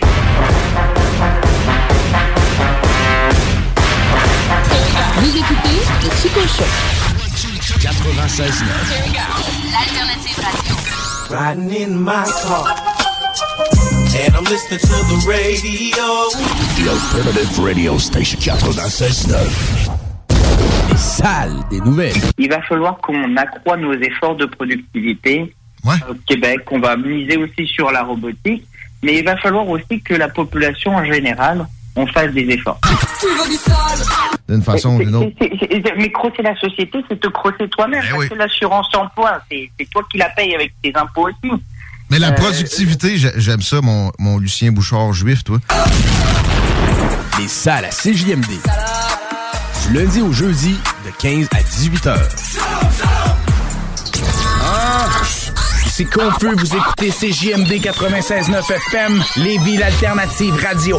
Vous écoutez le Chico Show. quatre-vingt-seize neuf. L'alternative radio. Riding in my car, and I'm listening to the radio. The Alternative Radio Station quatre-vingt-seize neuf. Les salles des nouvelles. Il va falloir qu'on accroît nos efforts de productivité ouais. au Québec. On va miser aussi sur la robotique, mais il va falloir aussi que la population en général, on fasse des efforts. D'une façon ou d'une autre. C'est, c'est, c'est, mais crosser la société, c'est te crosser toi-même. Ben parce oui. que l'assurance emploi, c'est, c'est toi qui la payes avec tes impôts aussi. Mais la Euh, productivité, j'ai- j'aime ça, mon, mon Lucien Bouchard juif, toi. Les salles à C J M D. Du lundi au jeudi, de quinze à dix-huit heures. Ah, c'est confus, vous écoutez C J M D quatre-vingt-seize neuf F M, Lévis, l'alternative radio.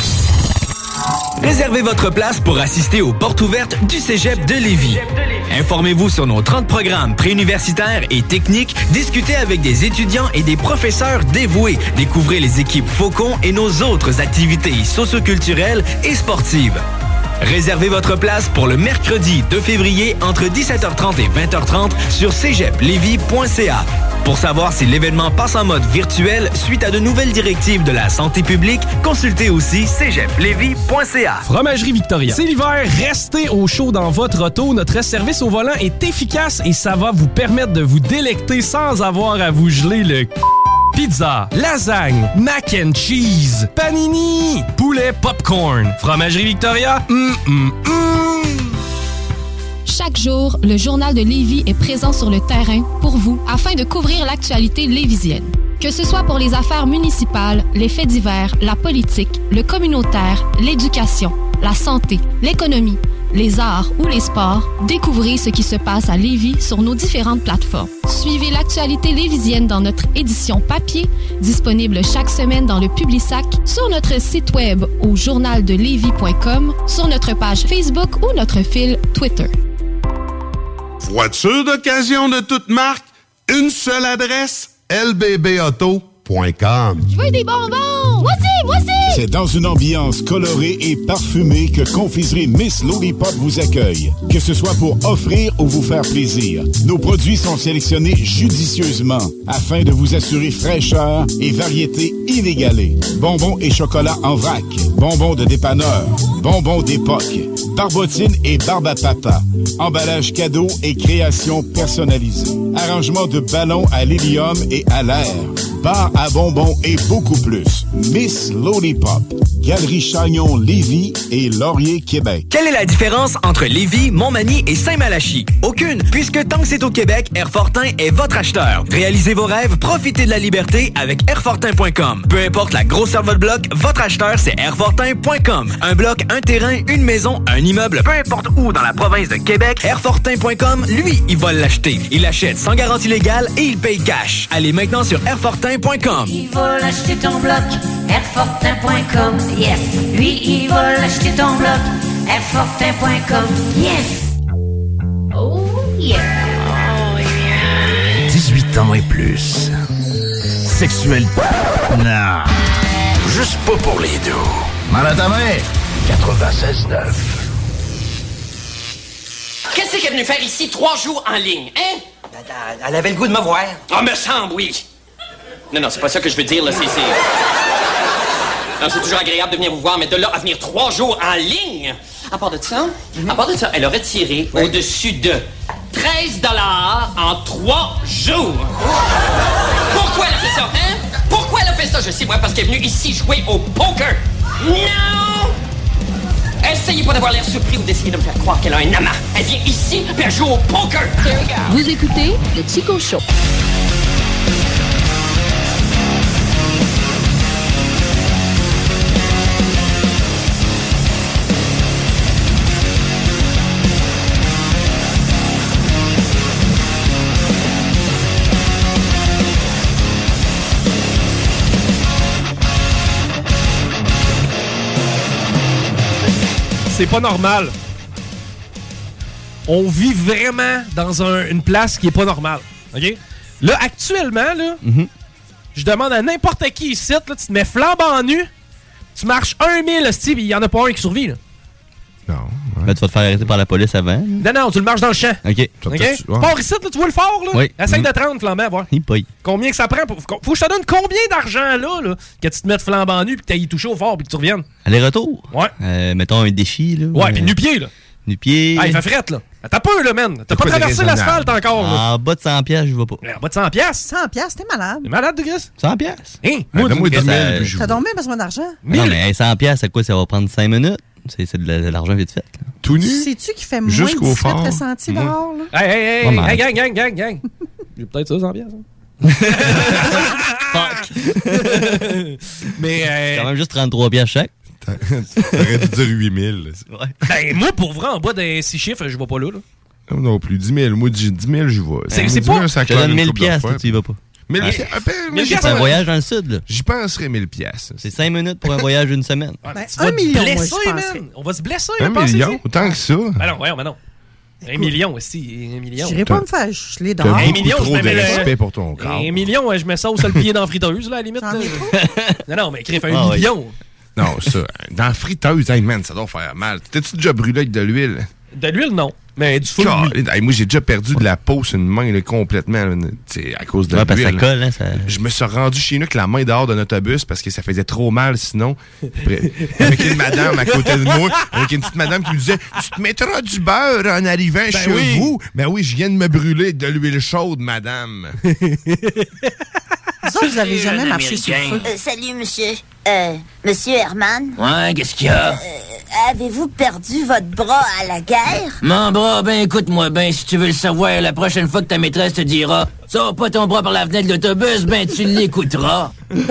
Réservez votre place pour assister aux portes ouvertes du Cégep de Lévis. Informez-vous sur nos trente programmes préuniversitaires et techniques, discutez avec des étudiants et des professeurs dévoués, découvrez les équipes Faucon et nos autres activités socioculturelles et sportives. Réservez votre place pour le mercredi deux février entre dix-sept heures trente et vingt heures trente sur cégep lévis point c a. Pour savoir si l'événement passe en mode virtuel suite à de nouvelles directives de la santé publique, consultez aussi cégep lévis point c a. Fromagerie Victoria. C'est l'hiver, restez au chaud dans votre auto. Notre service au volant est efficace et ça va vous permettre de vous délecter sans avoir à vous geler le... Pizza, lasagne, mac and cheese, panini, poulet popcorn. Fromagerie Victoria, hum, hum, hum. Chaque jour, le Journal de Lévis est présent sur le terrain pour vous afin de couvrir l'actualité lévisienne. Que ce soit pour les affaires municipales, les faits divers, la politique, le communautaire, l'éducation, la santé, l'économie, les arts ou les sports, découvrez ce qui se passe à Lévis sur nos différentes plateformes. Suivez l'actualité lévisienne dans notre édition papier, disponible chaque semaine dans le Publisac, sur notre site web au journal de lévis point com, sur notre page Facebook ou notre fil Twitter. Voiture d'occasion de toute marque, une seule adresse, l b b auto point com. Je veux des bonbons! Moi aussi, moi aussi! C'est dans une ambiance colorée et parfumée que Confiserie Miss Lollipop vous accueille. Que ce soit pour offrir ou vous faire plaisir, nos produits sont sélectionnés judicieusement afin de vous assurer fraîcheur et variété inégalée. Bonbons et chocolat en vrac, bonbons de dépanneur, bonbons d'époque, barbotine et barbe à papa, emballage cadeau et création personnalisée, arrangement de ballons à l'hélium et à l'air, bar à bonbons et beaucoup plus. Miss Lollipop, Galerie Chagnon Lévis et Laurier Québec. Quelle est la différence entre Lévis, Montmagny et Saint-Malachie? Aucune, puisque tant que c'est au Québec, Airfortin est votre acheteur. Réalisez vos rêves, profitez de la liberté avec airfortin point com. Peu importe la grosseur de votre bloc, votre acheteur, c'est airfortin point com. Un bloc, un terrain, une maison, un immeuble, peu importe où dans la province de Québec, airfortin point com, lui, il va l'acheter. Il l'achète sans garantie légale et il paye cash. Allez maintenant sur airfortin point com. Il va l'acheter ton bloc, airfortin point com, yes. Lui, il va l'acheter ton bloc, airfortin point com, yes. Oh yeah. Oh yeah. dix-huit ans et plus. Sexuel. Non. Juste pas pour les deux. Mal à ta main. quatre-vingt-seize neuf. Qu'est-ce qu'elle est venue faire ici trois jours en ligne, hein? Elle avait le goût de me voir. Ah, me semble, oui. Non, non, c'est pas ça que je veux dire, là, c'est... c'est... Non, c'est toujours agréable de venir vous voir, mais de là à venir trois jours en ligne... À part de ça, mm-hmm. à part de ça, elle aurait tiré oui. au-dessus de treize dollars en trois jours. Pourquoi elle a fait ça, hein? Pourquoi elle a fait ça? Je sais, moi, parce qu'elle est venue ici jouer au poker. Non! Essayez pas d'avoir l'air surpris ou d'essayer de me faire croire qu'elle a un amas. Elle vient ici, puis elle joue au poker. Vous écoutez le Chico Show. C'est pas normal. On vit vraiment dans un, une place qui est pas normale. OK? Là, actuellement, là, mm-hmm. je demande à n'importe qui ici, là, tu te mets flambant nu, tu marches un mille, il y en a pas un qui survit. Là. Non. Ben, tu vas te faire arrêter par la police avant. Non, non, tu le marches dans le champ. OK. OK? Pars ici, là, tu vois le fort, là? Oui. Essaye Mm. de te rendre, flambant, voir. Il paye. Combien que ça prend? Pour... Faut que je te donne combien d'argent, là, là, que tu te mettes flambant nu puis que tu ailles toucher au fort puis que tu reviennes? Aller-retour? Ouais. Euh, mettons un défi, là. Ouais, puis nu-pied, là. Nu-pied. Ah, il fait frette, là. T'as peur, là, man. T'as pas traversé l'asphalte encore, là. En bas de cent piastres, je vais pas. En bas de cent piastres? cent piastres, t'es malade. T'es malade, de Chris? cent piastres? Hein? Moi, Moi, dix mille, ça- je T'as donc bien besoin d'argent. Non, mais hey, cent piastres, c'est quoi? Ça va prendre cinq minutes? C'est c'est de la- de l'argent vite fait. là. Tout nu? Sais-tu qu'il fait moins de Jusqu'au dix-huit fort. ressentis Moi. dehors, là? Hey, hey, hey, Pas mal. hey, gang, gang, gang, gang. J'ai peut-être ça, cent piastres. hein. Mais, euh, C'est quand même juste trente-trois piastres chaque. T'aurais dû dire huit mille. Ouais. ben, moi, pour vrai, en bas des six chiffres, je vais pas là, là. Non, non plus. dix mille. Moi, dix mille, j'y vais. C'est- Moi, c'est dix pas- mille, ça Je te claire donne une mille couple de piastres, fois. toi, tu y vas pas. mille Ah. piastres. à peine, mille mais j'y piastres, C'est un pense- voyage dans le sud, là. J'y penserais mille piastres. C'est cinq minutes pour un voyage d'une semaine. Ouais, Ben, tu un vas te million, moi, blesser, je penserais. man. On va se blesser, Un là, pensez-y. million? Autant que ça. Ben non, voyons, ben non. Un million aussi, un million. J'irai pas me faire geler T'as dehors. Un beaucoup million, trop je me de mets le- respect pour ton corps. Un million, ouais, je mets ça au seul pied dans la friteuse, là, à la limite. J'en là. ai Non, non, mais écrire un Ah, ouais. million. Non, ça. Dans la friteuse, hey, man, ça doit faire mal. T'es-tu déjà brûlé avec de l'huile? De l'huile, non. Mais du feu, oui. Caliste, hey, moi, j'ai déjà perdu de la peau sur une main là, complètement là, t'sais, à cause de Ouais, parce que ça l'huile. colle, hein. Ça... Je me suis rendu chez nous avec la main dehors d'un autobus parce que ça faisait trop mal sinon. Après, avec une madame à côté de moi, avec une petite madame qui me disait « Tu te mettras du beurre en arrivant Ben chez oui. vous? » Ben oui, je viens de me brûler avec de l'huile chaude, madame. Vous autres, vous avez jamais Un marché sur le feu. Américain. Euh, salut, monsieur. Euh, monsieur Herman, Ouais, qu'est-ce qu'il y a? avez-vous perdu votre bras à la guerre? Mon bras, ben écoute-moi ben, si tu veux le savoir, la prochaine fois que ta maîtresse te dira « Sors pas ton bras par la fenêtre de l'autobus », ben tu l'écouteras.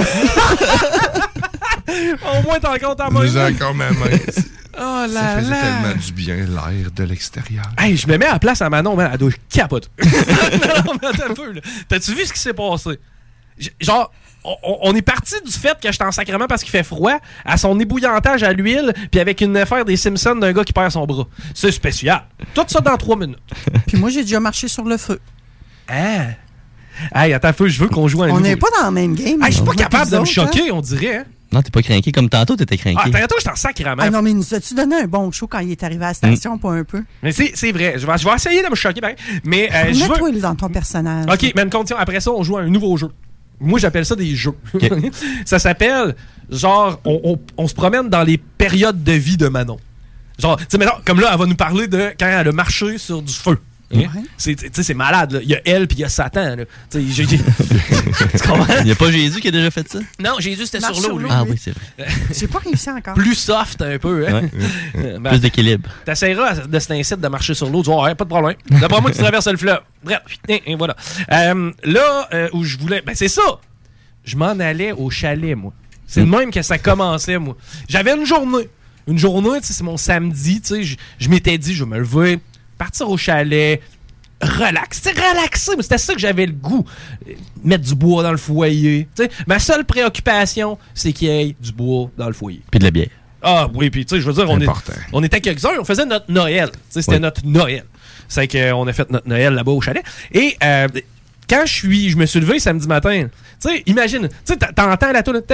Au moins, t'en comptes à moi. J'ai encore ma main. Oh Ça là faisait là. tellement du bien, l'air de l'extérieur. Hey, je me mets à la place à Manon, man. Elle doit capoter. Non, mais attends un peu, là. T'as-tu vu ce qui s'est passé? J- Genre, on, on est parti du fait que j'étais en sacrement parce qu'il fait froid, à son ébouillantage à l'huile, puis avec une affaire des Simpsons d'un gars qui perd son bras. C'est spécial. Tout ça dans trois minutes. Puis moi, j'ai déjà marché sur le feu. Ah! Hey, attends un peu, je veux qu'on joue à un On nouveau- n'est pas dans le même game. Hey, je suis pas Moi, capable puis de me vous autres, choquer, hein? on dirait. Hein? Non, t'es pas craqué. Comme tantôt, t'étais craqué. Ah, tantôt, j'étais en sacrement. Ah non, mais nous as-tu donné un bon show quand il est arrivé à la station, pas un peu? Mais c'est c'est vrai. Je vais, je vais essayer de me choquer, pareil. Mais euh, je veux. Mets-toi dans ton personnage. OK, mais une condition. Après ça, on joue à un nouveau jeu. Moi, j'appelle ça des jeux. Ça s'appelle, genre, on, on- on se promène dans les périodes de vie de Manon. Genre, tu sais, maintenant, comme là, elle va nous parler de quand elle a marché sur du feu. Hein? C'est, tu sais, c'est malade, là. Il y a elle puis il y a Satan, là. Tu sais, j'ai- j'ai- Tu comprends? Il n'y a pas Jésus qui a déjà fait ça? Non, Jésus, c'était Marche sur l'eau, lui. Ah oui, c'est vrai. J'ai pas réussi encore. Plus soft, un peu, hein? Ouais. Ben, Plus d'équilibre. T'essaieras de cet incite de marcher sur l'eau, tu vas voir, ouais, pas de problème. D'après moi, tu traverses le fleuve. Bref, et, et voilà. Euh, là, euh, où je voulais. Ben, c'est ça! Je m'en allais au chalet, moi. C'est le même que ça commençait, moi. J'avais une journée. Une journée, tu sais, c'est mon samedi, tu sais. Je, je m'étais dit, je vais me lever, partir au chalet, relax. C'était relaxé, mais c'était ça que j'avais le goût. Mettre du bois dans le foyer. Tu sais, ma seule préoccupation, c'est qu'il y ait du bois dans le foyer. Puis de la bière. Ah oui, puis tu sais, je veux dire, on, est, important. on était quelques-uns, on faisait notre Noël. Tu sais, c'était Oui. notre Noël. C'est qu'on a fait notre Noël là-bas au chalet. Et euh, quand je suis, je me suis levé samedi matin, tu sais, imagine, tu sais, t'entends la toune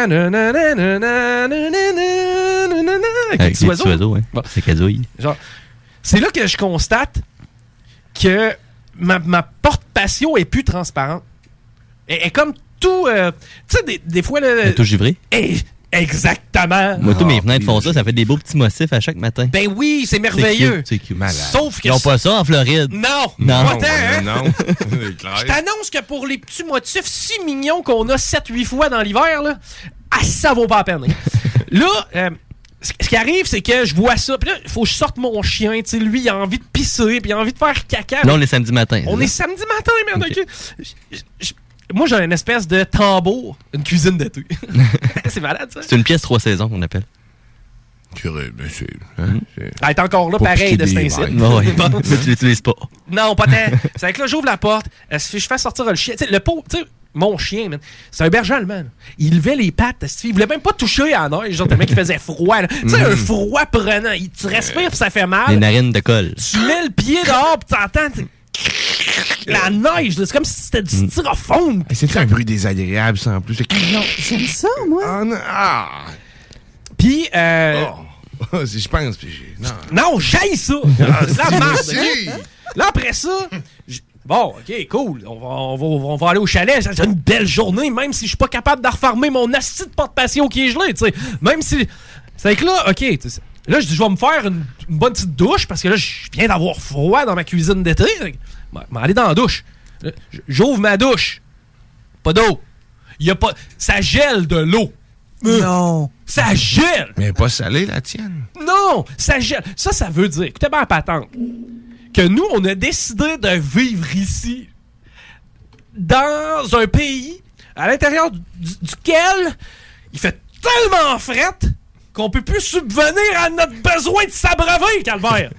avec les Avec petits les petits oiseaux. oiseaux, hein. Bon. C'est casouille. Genre, c'est là que je constate que ma, ma porte patio est plus transparente. Elle est comme tout, euh, tu sais, des, des fois... Là, Tout givré. Eh, exactement. Moi, tous Ah, mes fenêtres font ça. Ça fait des beaux petits motifs à chaque matin. Ben oui, c'est C'est merveilleux. cute, c'est cute. Malade. Sauf que... Ils n'ont pas ça en Floride. Non! Non. Pas tant, hein? Non, c'est clair. Je t'annonce que pour les petits motifs si mignons qu'on a sept huit fois dans l'hiver, là, ah, ça vaut pas la peine. Là, euh, ce ce qui arrive, c'est que je vois ça, puis là, il faut que je sorte mon chien, tu sais, lui, il a envie de pisser, puis il a envie de faire caca. Là, on est samedi matin. On là. est samedi matin, merde, OK? Je- je- Moi, j'ai une espèce de tambour, une cuisine d'été. C'est malade, ça. C'est une pièce trois saisons qu'on appelle. Purée, ben c'est. Hein, c'est- Elle est encore là, Pour pareil, piquer de cet des incite. verres. Ouais. Bon. Mais tu l'utilises pas. Non, pas tant. C'est que là, j'ouvre la porte, euh, je fais sortir le chien. Tu sais, le pot, tu sais, mon chien, man, c'est un berger allemand. là. Il levait les pattes, il voulait même pas toucher à la neige, genre tellement qu'il faisait froid. là. Tu sais, un froid prenant. Il, tu respires, puis ça fait Les mal. narines de colle. Tu mets le pied dehors, puis t'entends tu- la neige. là. C'est comme si c'était du styrofoam. Hey, c'est un bruit désagréable, ça, en plus. Non, j'aime ça, moi. Ah, non, ah. Puis, euh, Oh. Si je pense. Puis j'ai- non. Non, j'haïs ça! Ah, C'est la si, merde, si. ok? Là, après ça, j- bon, OK, cool. On va, on, va, on va aller au chalet. C'est une belle journée, même si je suis pas capable de refermer mon asti de porte-patio qui est gelé, tu sais. Même si... C'est que là, OK, t'sais, là, je dis, je vais me faire une, une bonne petite douche parce que là, je viens d'avoir froid dans ma cuisine d'été. Je vais aller dans la douche. Là, j'ouvre ma douche. Pas d'eau. Il y a pas... Ça gèle de l'eau. Non. Ça gèle. Mais pas salée, la tienne. Non, ça gèle. Ça, ça veut dire, écoutez bien la patente, que nous, on a décidé de vivre ici, dans un pays à l'intérieur du, duquel il fait tellement fret qu'on peut plus subvenir à notre besoin de s'abreuver, calvaire.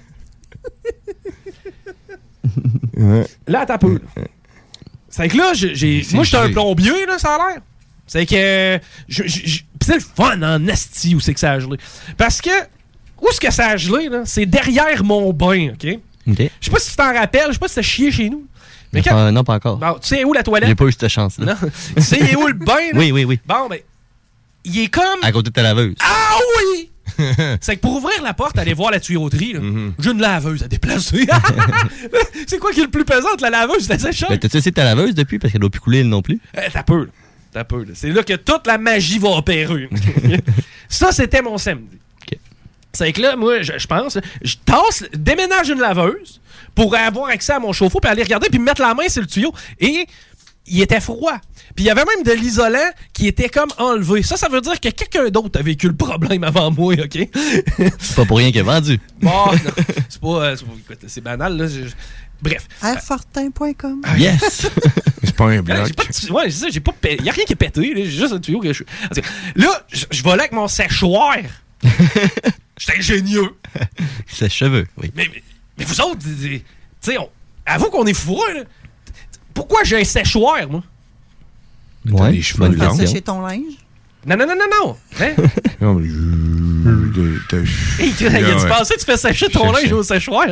Là, t'as peu. C'est que là, j'ai, j'ai, moi, j'étais un plombier, là, ça a l'air. C'est que... Je, je, je, pis c'est le fun en esti où c'est que ça a gelé. Parce que, où est-ce que ça a gelé, là? C'est derrière mon bain, OK? OK. Je sais pas si tu t'en rappelles, je sais pas si t'as chié chez nous. Mais quand... Euh, non, pas encore. Bon, tu sais où la toilette? J'ai pas eu cette chance-là. Non. Tu sais où le bain, là? Oui, oui, oui. Bon, ben, il est comme... À côté de ta laveuse. Ah oui! C'est que pour ouvrir la porte, aller voir la tuyauterie, là, mm-hmm. j'ai une laveuse à déplacer. C'est quoi qui est le plus pesant entre la laveuse et la sécheuse? Ben, t'as-tu essayé ta laveuse depuis? Parce qu'elle doit plus couler non plus. Euh, t'as peu, là. T'as peu, là. C'est là que toute la magie va opérer. Ça, c'était mon samedi. Okay. C'est que là, moi, je, je pense, je tasse, déménage une laveuse pour avoir accès à mon chauffe-eau, puis aller regarder, puis mettre la main sur le tuyau. Et il était froid. Puis il y avait même de l'isolant qui était comme enlevé. Ça, ça veut dire que quelqu'un d'autre a vécu le problème avant moi, OK? C'est pas pour rien qu'il a vendu. Bon, non, c'est pas... C'est, pas, écoute, c'est banal, là. Je, bref. airfortin point com. Ah, yes! C'est pas un bloc. J'ai pas de, ouais, c'est ça, j'ai pas pété. Y a rien qui est pété, là, j'ai juste un tuyau que je... Là, je, je volais avec mon séchoir. J'étais ingénieux. Sèche-cheveux, oui. Mais, mais, mais vous autres, tu sais, avoue qu'on est fourreux, là. Pourquoi j'ai un séchoir, moi? Ouais, t'as des cheveux Tu longs. vas sécher ton linge? Non, non, non, non, non. Hein? Non, mais je- de- de- Hey, il a Ouais, du ouais. passé, tu fais sécher ton Je linge sais. au séchoir.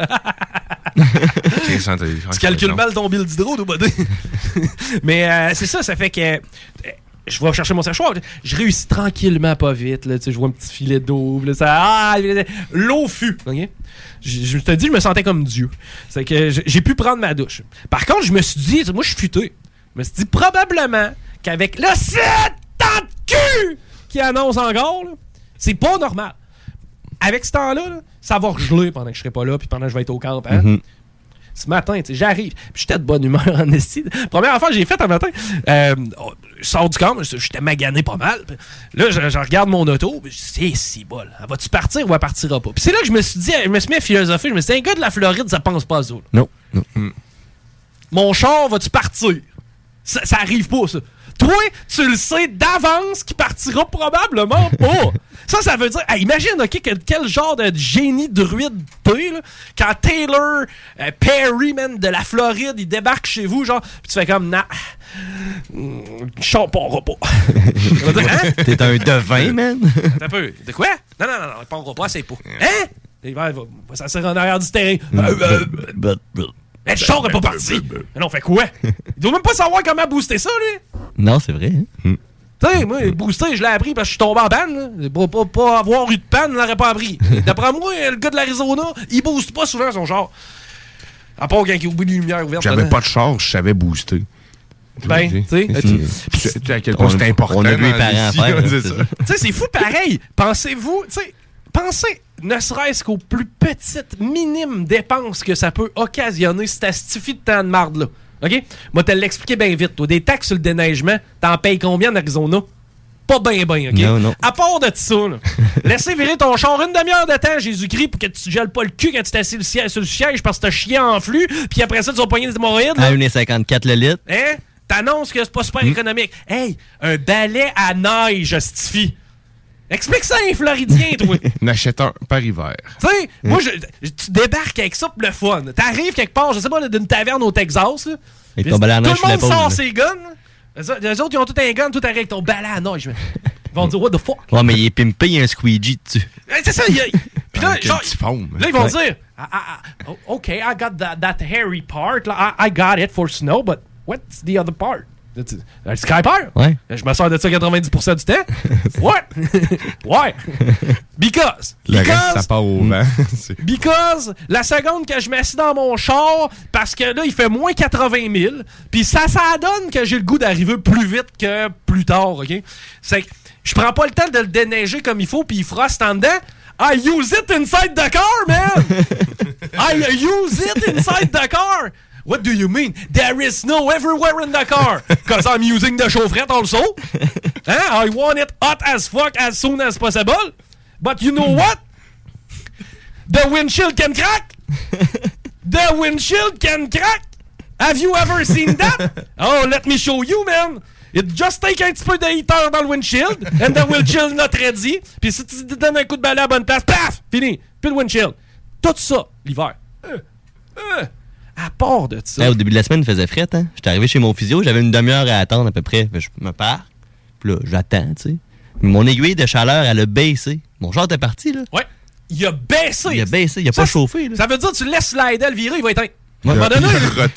Ok, ça, t'as- Tu calcules mal ton bill d'hydro, tout bodé. Mais euh, c'est ça, ça fait que... euh, je vais chercher mon séchoir. Je réussis tranquillement, pas vite. Là, je vois un petit filet d'eau. Là, ça, ah, l'eau fut. Okay? Je, je te dis, je me sentais comme Dieu. C'est que j'ai pu prendre ma douche. Par contre, je me suis dit, moi, je suis futé. Je me suis dit probablement qu'avec le sept ans de cul qui annonce encore, là, c'est pas normal. Avec ce temps-là, là, ça va regeler pendant que je serai pas là puis pendant que je vais être au camp. Hein? Mm-hmm. Ce matin, j'arrive, puis j'étais de bonne humeur en esti. Première affaire que j'ai faite un matin, euh, je sors du camp, j'étais magané pas mal. Là, je, je regarde mon auto, puis je dis, c'est si bol. Elle va-tu partir ou elle partira pas? Puis c'est là que je me suis dit, je me suis mis à philosopher, je me suis dit, un gars de la Floride, ça pense pas à ça. Là. Non, non. Mm. Mon char, va-tu partir? Ça, ça arrive pas, ça. Toi, tu le sais d'avance qu'il partira probablement pas. Ça, ça veut dire... Hey, imagine, OK, que, quel genre de génie druide t'es, là, quand Taylor euh, Perry, man, de la Floride, il débarque chez vous, genre, pis tu fais comme, nah, le char partira pas. Hein? T'es un devin, man. T'as peu. De quoi? Non, non, non, non, il partira pas, c'est pas. Hein? Il va, il va, ça sert en arrière du terrain. Euh, euh, Mais le char est pas parti. Mais non, on fait quoi? Il doit même pas savoir comment booster ça, lui. Non, c'est vrai. Hein? Tu sais, moi, booster, je l'ai appris parce que je suis tombé en panne. Là. Pas, pas, pas avoir eu de panne, je l'aurais pas appris. D'après moi, le gars de l'Arizona, il booste pas souvent son char. À part quand il oublie les lumières ouvertes. J'avais pas de char, je savais booster. Ben, tu sais. Tu sais à quel point c'est important. On a vu les parents à faire. C'est ça. Tu sais, c'est fou pareil. Pensez-vous, tu sais, pensez ne serait-ce qu'aux plus petites, minimes dépenses que ça peut occasionner cet astifi de temps de marde-là. OK? Moi, te l'expliquer bien vite. Toi, des taxes sur le déneigement, t'en payes combien en Arizona? Pas bien, bien, OK? Non, non. À part de ça, là, laissez virer ton char une demi-heure de temps, Jésus-Christ, pour que tu te gèles pas le cul quand tu t'assis le siège, sur le siège parce que t'as chié en flux, puis après ça, tu vas pogner des hémorroïdes. À un virgule cinquante-quatre le litre. Hein? T'annonces que c'est pas super économique. Hey, un balai à neige justifie. Explique ça à un Floridien, toi. N'achète un par hiver. Tu sais, mm. moi, je, je, tu débarques avec ça pour le fun. T'arrives quelque part, je sais pas, d'une taverne au Texas. Là, et ton balai à neige, tout le monde sort là. ses guns. Les, les autres, ils ont tout un gun, tout avec ton balai à neige. Ils vont dire, what the fuck? Ouais, mais il est pimpé, il y a un squeegee dessus. C'est ça, il y a. Puis là, genre, foam, là, ils vont ouais. dire, ah, ah, ah, OK, I got that, that hairy part. I, I got it for snow, but what's the other part? Le scraper? Ouais. Je me sers de ça quatre-vingt-dix pour cent du temps. Ouais. Ouais. Because. Le because, reste, ça part au vent. because, la seconde que je m'assis dans mon char, parce que là, il fait moins quatre-vingt mille, puis ça, ça donne que j'ai le goût d'arriver plus vite que plus tard, OK? C'est que je prends pas le temps de le déneiger comme il faut, puis il froste en dedans. I use it inside the car, man! I use it inside the car! What do you mean? There is snow everywhere in the car. Because I'm using the chaufferette also. Hein? I want it hot as fuck as soon as possible. But you know what? The windshield can crack. The windshield can crack. Have you ever seen that? Oh, let me show you, man. It just take un petit peu de heater dans le windshield, and the windshield not ready. Puis si tu te donnes un coup de balai à la bonne place, paf! Fini. Plus de windshield. Tout ça, l'hiver. Euh, euh. À part de ça. Hey, au début de la semaine, il faisait fret, hein. J'étais arrivé chez mon physio, j'avais une demi-heure à attendre à peu près. Je me pars, puis là, j'attends, tu sais. Mon aiguille de chaleur, elle a baissé. Mon char était parti, là. Ouais. Il a baissé. Il a baissé, il a ça, pas chauffé, là. Ça veut dire que tu laisses slider le virer, il va éteindre. Ouais. À un moment donné,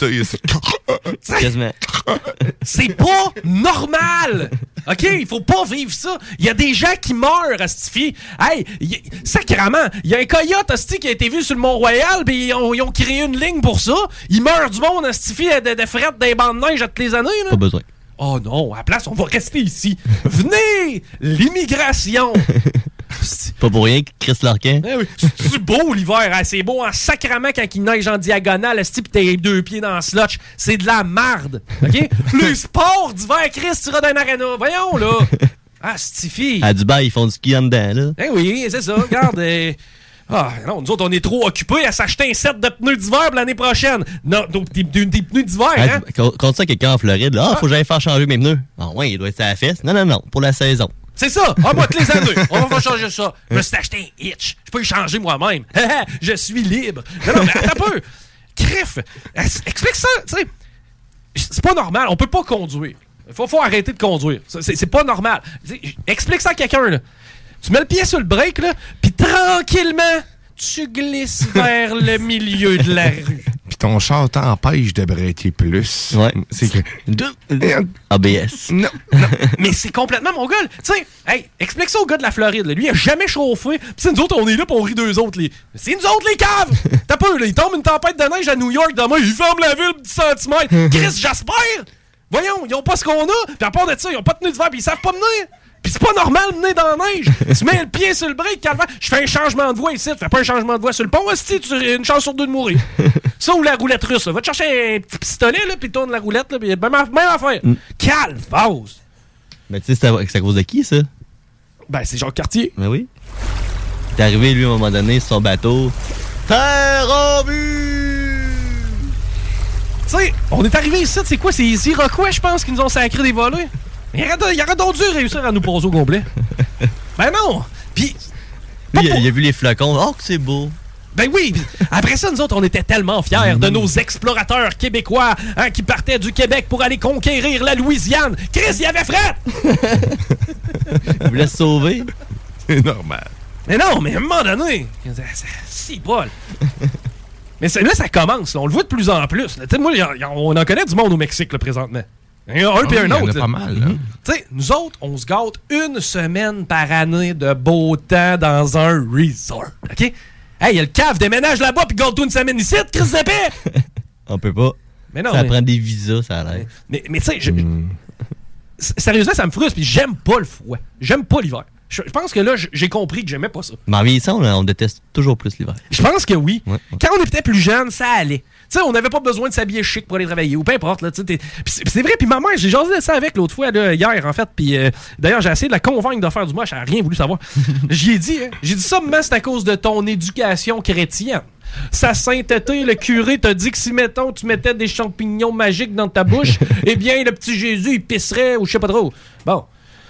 quasiment. C'est pas normal. OK? Il faut pas vivre ça. Il y a des gens qui meurent, Astifi. Hey, y... sacrément, il y a un coyote, Asti, qui a été vu sur le Mont-Royal, puis ils ont, ils ont créé une ligne pour ça. Il meurt du monde, Astifi, de, de fret des bandes de neige à toutes les années. Là. Pas besoin. Oh non, à la place, on va rester ici. Venez! L'immigration! Pas pour rien que Chris Larkin. Eh oui. C'est beau l'hiver, hein? C'est beau en sacrament quand il neige en diagonale, pis t'es deux pieds dans le slotch. C'est de la marde. OK? Le sport d'hiver, Chris, tu iras dans un aréna. Voyons, là. Ah, Stifi. À Dubaï, ils font du ski en dedans, là. Eh oui, c'est ça. Regarde. euh... Ah, non, nous autres, on est trop occupés à s'acheter un set de pneus d'hiver pour l'année prochaine. Non, donc des, des, des pneus d'hiver, hein? Quand, quand ça, quelqu'un en Floride, là, ah, faut que j'aille faire changer mes pneus. Ah, ouais, il doit être à la fesse. Non, non, non, pour la saison. C'est ça! Ah, moi, tous les années, on va changer ça. Je me suis acheté un hitch. Je peux y changer moi-même. Je suis libre. Non, non, mais attends un peu. Criff, explique ça, tu sais. C'est pas normal. On peut pas conduire. Il faut, faut arrêter de conduire. C'est, c'est pas normal. Explique ça à quelqu'un, là. Tu mets le pied sur le break, là, puis tranquillement, tu glisses vers le milieu de la rue. Puis ton char t'empêche de breaker plus. Ouais. C'est que... A B S. Non, non. Mais c'est complètement mon gars. Tu sais, hey, explique ça au gars de la Floride. Là. Lui, il a jamais chauffé. Puis c'est nous autres, on est là, puis on rit d'eux autres. Les... C'est nous autres, les caves! T'as peur, là. Il tombe une tempête de neige à New York demain. Il ferme la ville de dix centimètres. Chris, j'espère! Voyons, ils ont pas ce qu'on a. Puis à part de ça, ils ont pas de tenue d'hiver, puis ils savent pas mener. Pis c'est pas normal de mener dans la neige. Tu mets le pied sur le break, calvaire. Je fais un changement de voie ici. Tu fais pas un changement de voie sur le pont, hostie, tu as une chance sur deux de mourir. Ça ou la roulette russe, là. Va te chercher un petit pistolet, là, pis tourne la roulette, là, pis même, même affaire. Mm. Calvose! Ben, tu sais, c'est à, c'est à cause de qui, ça? Ben, c'est Jacques Cartier. Ben oui. T'es arrivé, lui, à un moment donné, sur son bateau. Terre en vue! Tu sais, on est arrivé ici, c'est quoi? C'est les Iroquois, je pense, qui nous ont sacré des volets. Il aurait, il aurait donc dû réussir à nous poser au complet. Ben non! Puis. Lui, il a, il a vu les flocons. Oh, que c'est beau! Ben oui! Après ça, nous autres, on était tellement fiers mm-hmm. de nos explorateurs québécois hein, qui partaient du Québec pour aller conquérir la Louisiane. Chris, il y avait fret! Il voulait se sauver. C'est normal. Mais non, mais à un moment donné, si Paul. Mais là, ça commence. Là. On le voit de plus en plus. Là. Moi, y a, y a, on en connaît du monde au Mexique, là, présentement. Il y en a un puis un autre. Il y en a pas mal, là. Tu sais, nous autres, on se gâte une semaine par année de beau temps dans un resort. OK? Hey, il y a le cave, déménage là-bas puis gâte-toi une semaine ici, Chris de paix! On peut pas. Mais non, ça mais... prend des visas, ça a l'air. Mais, mais, mais tu sais, je... mm. sérieusement, ça me frustre puis j'aime pas le froid. J'aime pas l'hiver. Je pense que là, j'ai compris que j'aimais pas ça. Mais en vieillissant, on, on déteste toujours plus l'hiver. Je pense que oui. Ouais, ouais. Quand on était plus jeune, ça allait. Tu sais, on n'avait pas besoin de s'habiller chic pour aller travailler, ou peu importe. Là, c'est, c'est vrai, puis ma mère, j'ai jasé ça avec l'autre fois, là, hier, en fait. Puis euh, d'ailleurs, j'ai essayé de la convaincre de faire du moche, elle n'a rien voulu savoir. J'y ai dit, hein, j'ai dit ça, maman, c'est à cause de ton éducation chrétienne. Sa sainteté, le curé t'a dit que si, mettons, tu mettais des champignons magiques dans ta bouche, eh bien, le petit Jésus, il pisserait, ou je sais pas trop. Bon.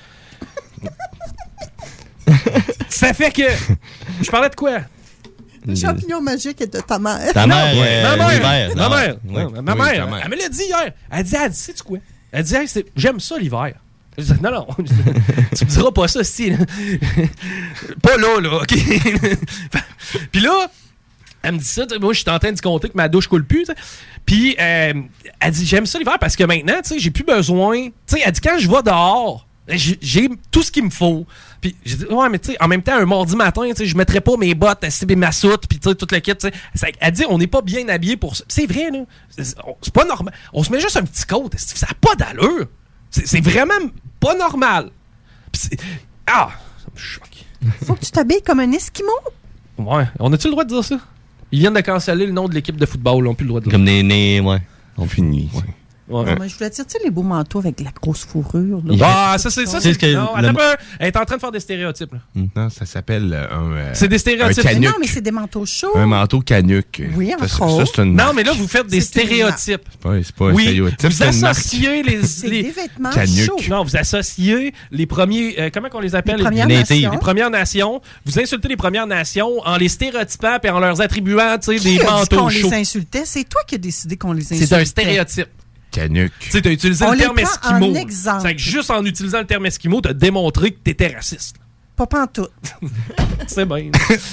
Ça fait que. Je parlais de quoi? Le champignon magique est de ta mère. Ta mère, non, euh, ma mère. l'hiver. Ma non, mère. oui. Non, ma oui, mère. mère. Elle me l'a dit hier. Elle dit, elle dit, sais-tu quoi? Elle dit, hey, c'est, j'aime ça l'hiver. Je dis, non, non. Tu me diras pas ça, si. Pas là, là, OK? Puis là, Elle me dit ça, moi je suis en train de compter que ma douche coule plus. T'sais. Puis euh, elle dit j'aime ça l'hiver parce que maintenant, tu sais, j'ai plus besoin. Tu sais, elle dit quand je vais dehors, j'ai, j'ai tout ce qu'il me faut. Puis j'ai dit ouais, mais tu sais, en même temps, un mardi matin, tu sais, je mettrais pas mes bottes, ma soute, puis tu sais, toute la kit. Elle dit on n'est pas bien habillé pour ça. C'est vrai, là. C'est, c'est pas normal. On se met juste un petit coat. Ça n'a pas d'allure. C'est, c'est vraiment pas normal. Puis c'est, ah, ça me choque. Faut que tu t'habilles comme un Esquimau. Ouais. On a-tu le droit de dire ça? Ils viennent de canceller le nom de l'équipe de football. Ils n'ont plus le droit de dire ça. Comme des nez, ouais. On finit. Ouais. Ouais. Ouais. Moi, je voulais dire, tu sais, les beaux manteaux avec la grosse fourrure. Là. Ah, ça, c'est ça. C'est, c'est ce que non, le... attends, elle est en train de faire des stéréotypes. Là. Non, ça s'appelle euh, un. Euh, c'est des stéréotypes. Mais non, mais c'est des manteaux chauds. Un manteau canuc. Oui, ça, ça, ça, c'est une non, mais là, vous faites des c'est stéréotypes. C'est pas, c'est pas un oui, stéréotype. Vous associez les. C'est les... des vêtements canuc. chauds. Non, vous associez les premiers. Euh, comment on les appelle? Les Premières Nations. Les Premières Nations. Vous insultez les Premières Nations en les stéréotypant et en leur attribuant, tu sais, des manteaux chauds. On les insultait. C'est toi qui as décidé qu'on les insultait. C'est un stéréotype. Canuc. Tu sais, t'as utilisé on le terme esquimau. C'est que juste en utilisant le terme esquimau, t'as démontré que t'étais raciste. Pas pantoute. C'est bien.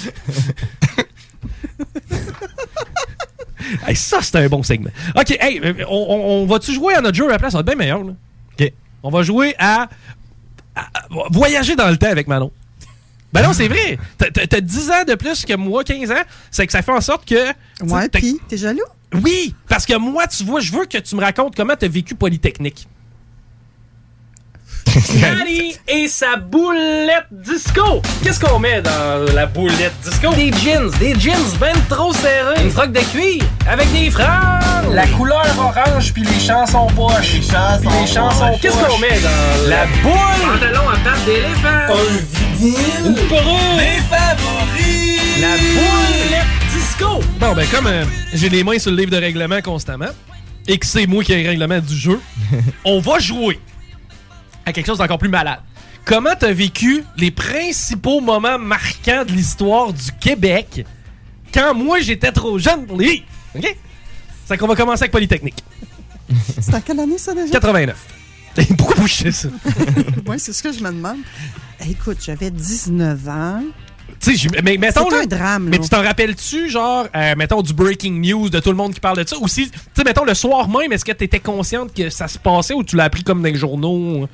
Hey, ça, c'est un bon segment. OK, hey, on, on, on va-tu jouer à notre jeu à la place? Ça va être bien meilleur, là. OK. On va jouer à, à, à voyager dans le temps avec Manon. Ben non, c'est vrai. T'as, t'as dix ans de plus que moi, quinze ans. C'est que ça fait en sorte que... Ouais, pis t'es jaloux? Oui, parce que moi, tu vois, je veux que tu me racontes comment tu as vécu Polytechnique. Danny et sa boulette disco. Qu'est-ce qu'on met dans la boulette disco? Des jeans, des jeans ben trop serrés. Une froc de cuir avec des franges. La couleur orange puis les chansons poches. Les chansons, les chansons poches. Qu'est-ce qu'on met dans la boule? Pantalon à pattes d'éléphant. Un vinyle. Une perruque. Des favoris. La boulette disco. Bon, ben comme euh, j'ai les mains sur le livre de règlement constamment et que c'est moi qui ai le règlement du jeu, on va jouer à quelque chose d'encore plus malade. Comment t'as vécu les principaux moments marquants de l'histoire du Québec quand moi j'étais trop jeune pour les vivre? OK? C'est qu'on va commencer avec Polytechnique. C'est en quelle année ça déjà? quatre-vingt-neuf. Pourquoi vous chez ça? Oui, c'est ce que je me demande. Écoute, j'avais dix-neuf ans. Tu sais, mais mettons. C'est là, un drame, là. Mais tu t'en rappelles-tu, genre, euh, mettons, du breaking news, de tout le monde qui parle de ça? Ou si, tu sais, mettons, le soir même, est-ce que tu étais consciente que ça se passait ou tu l'as appris comme dans les journaux?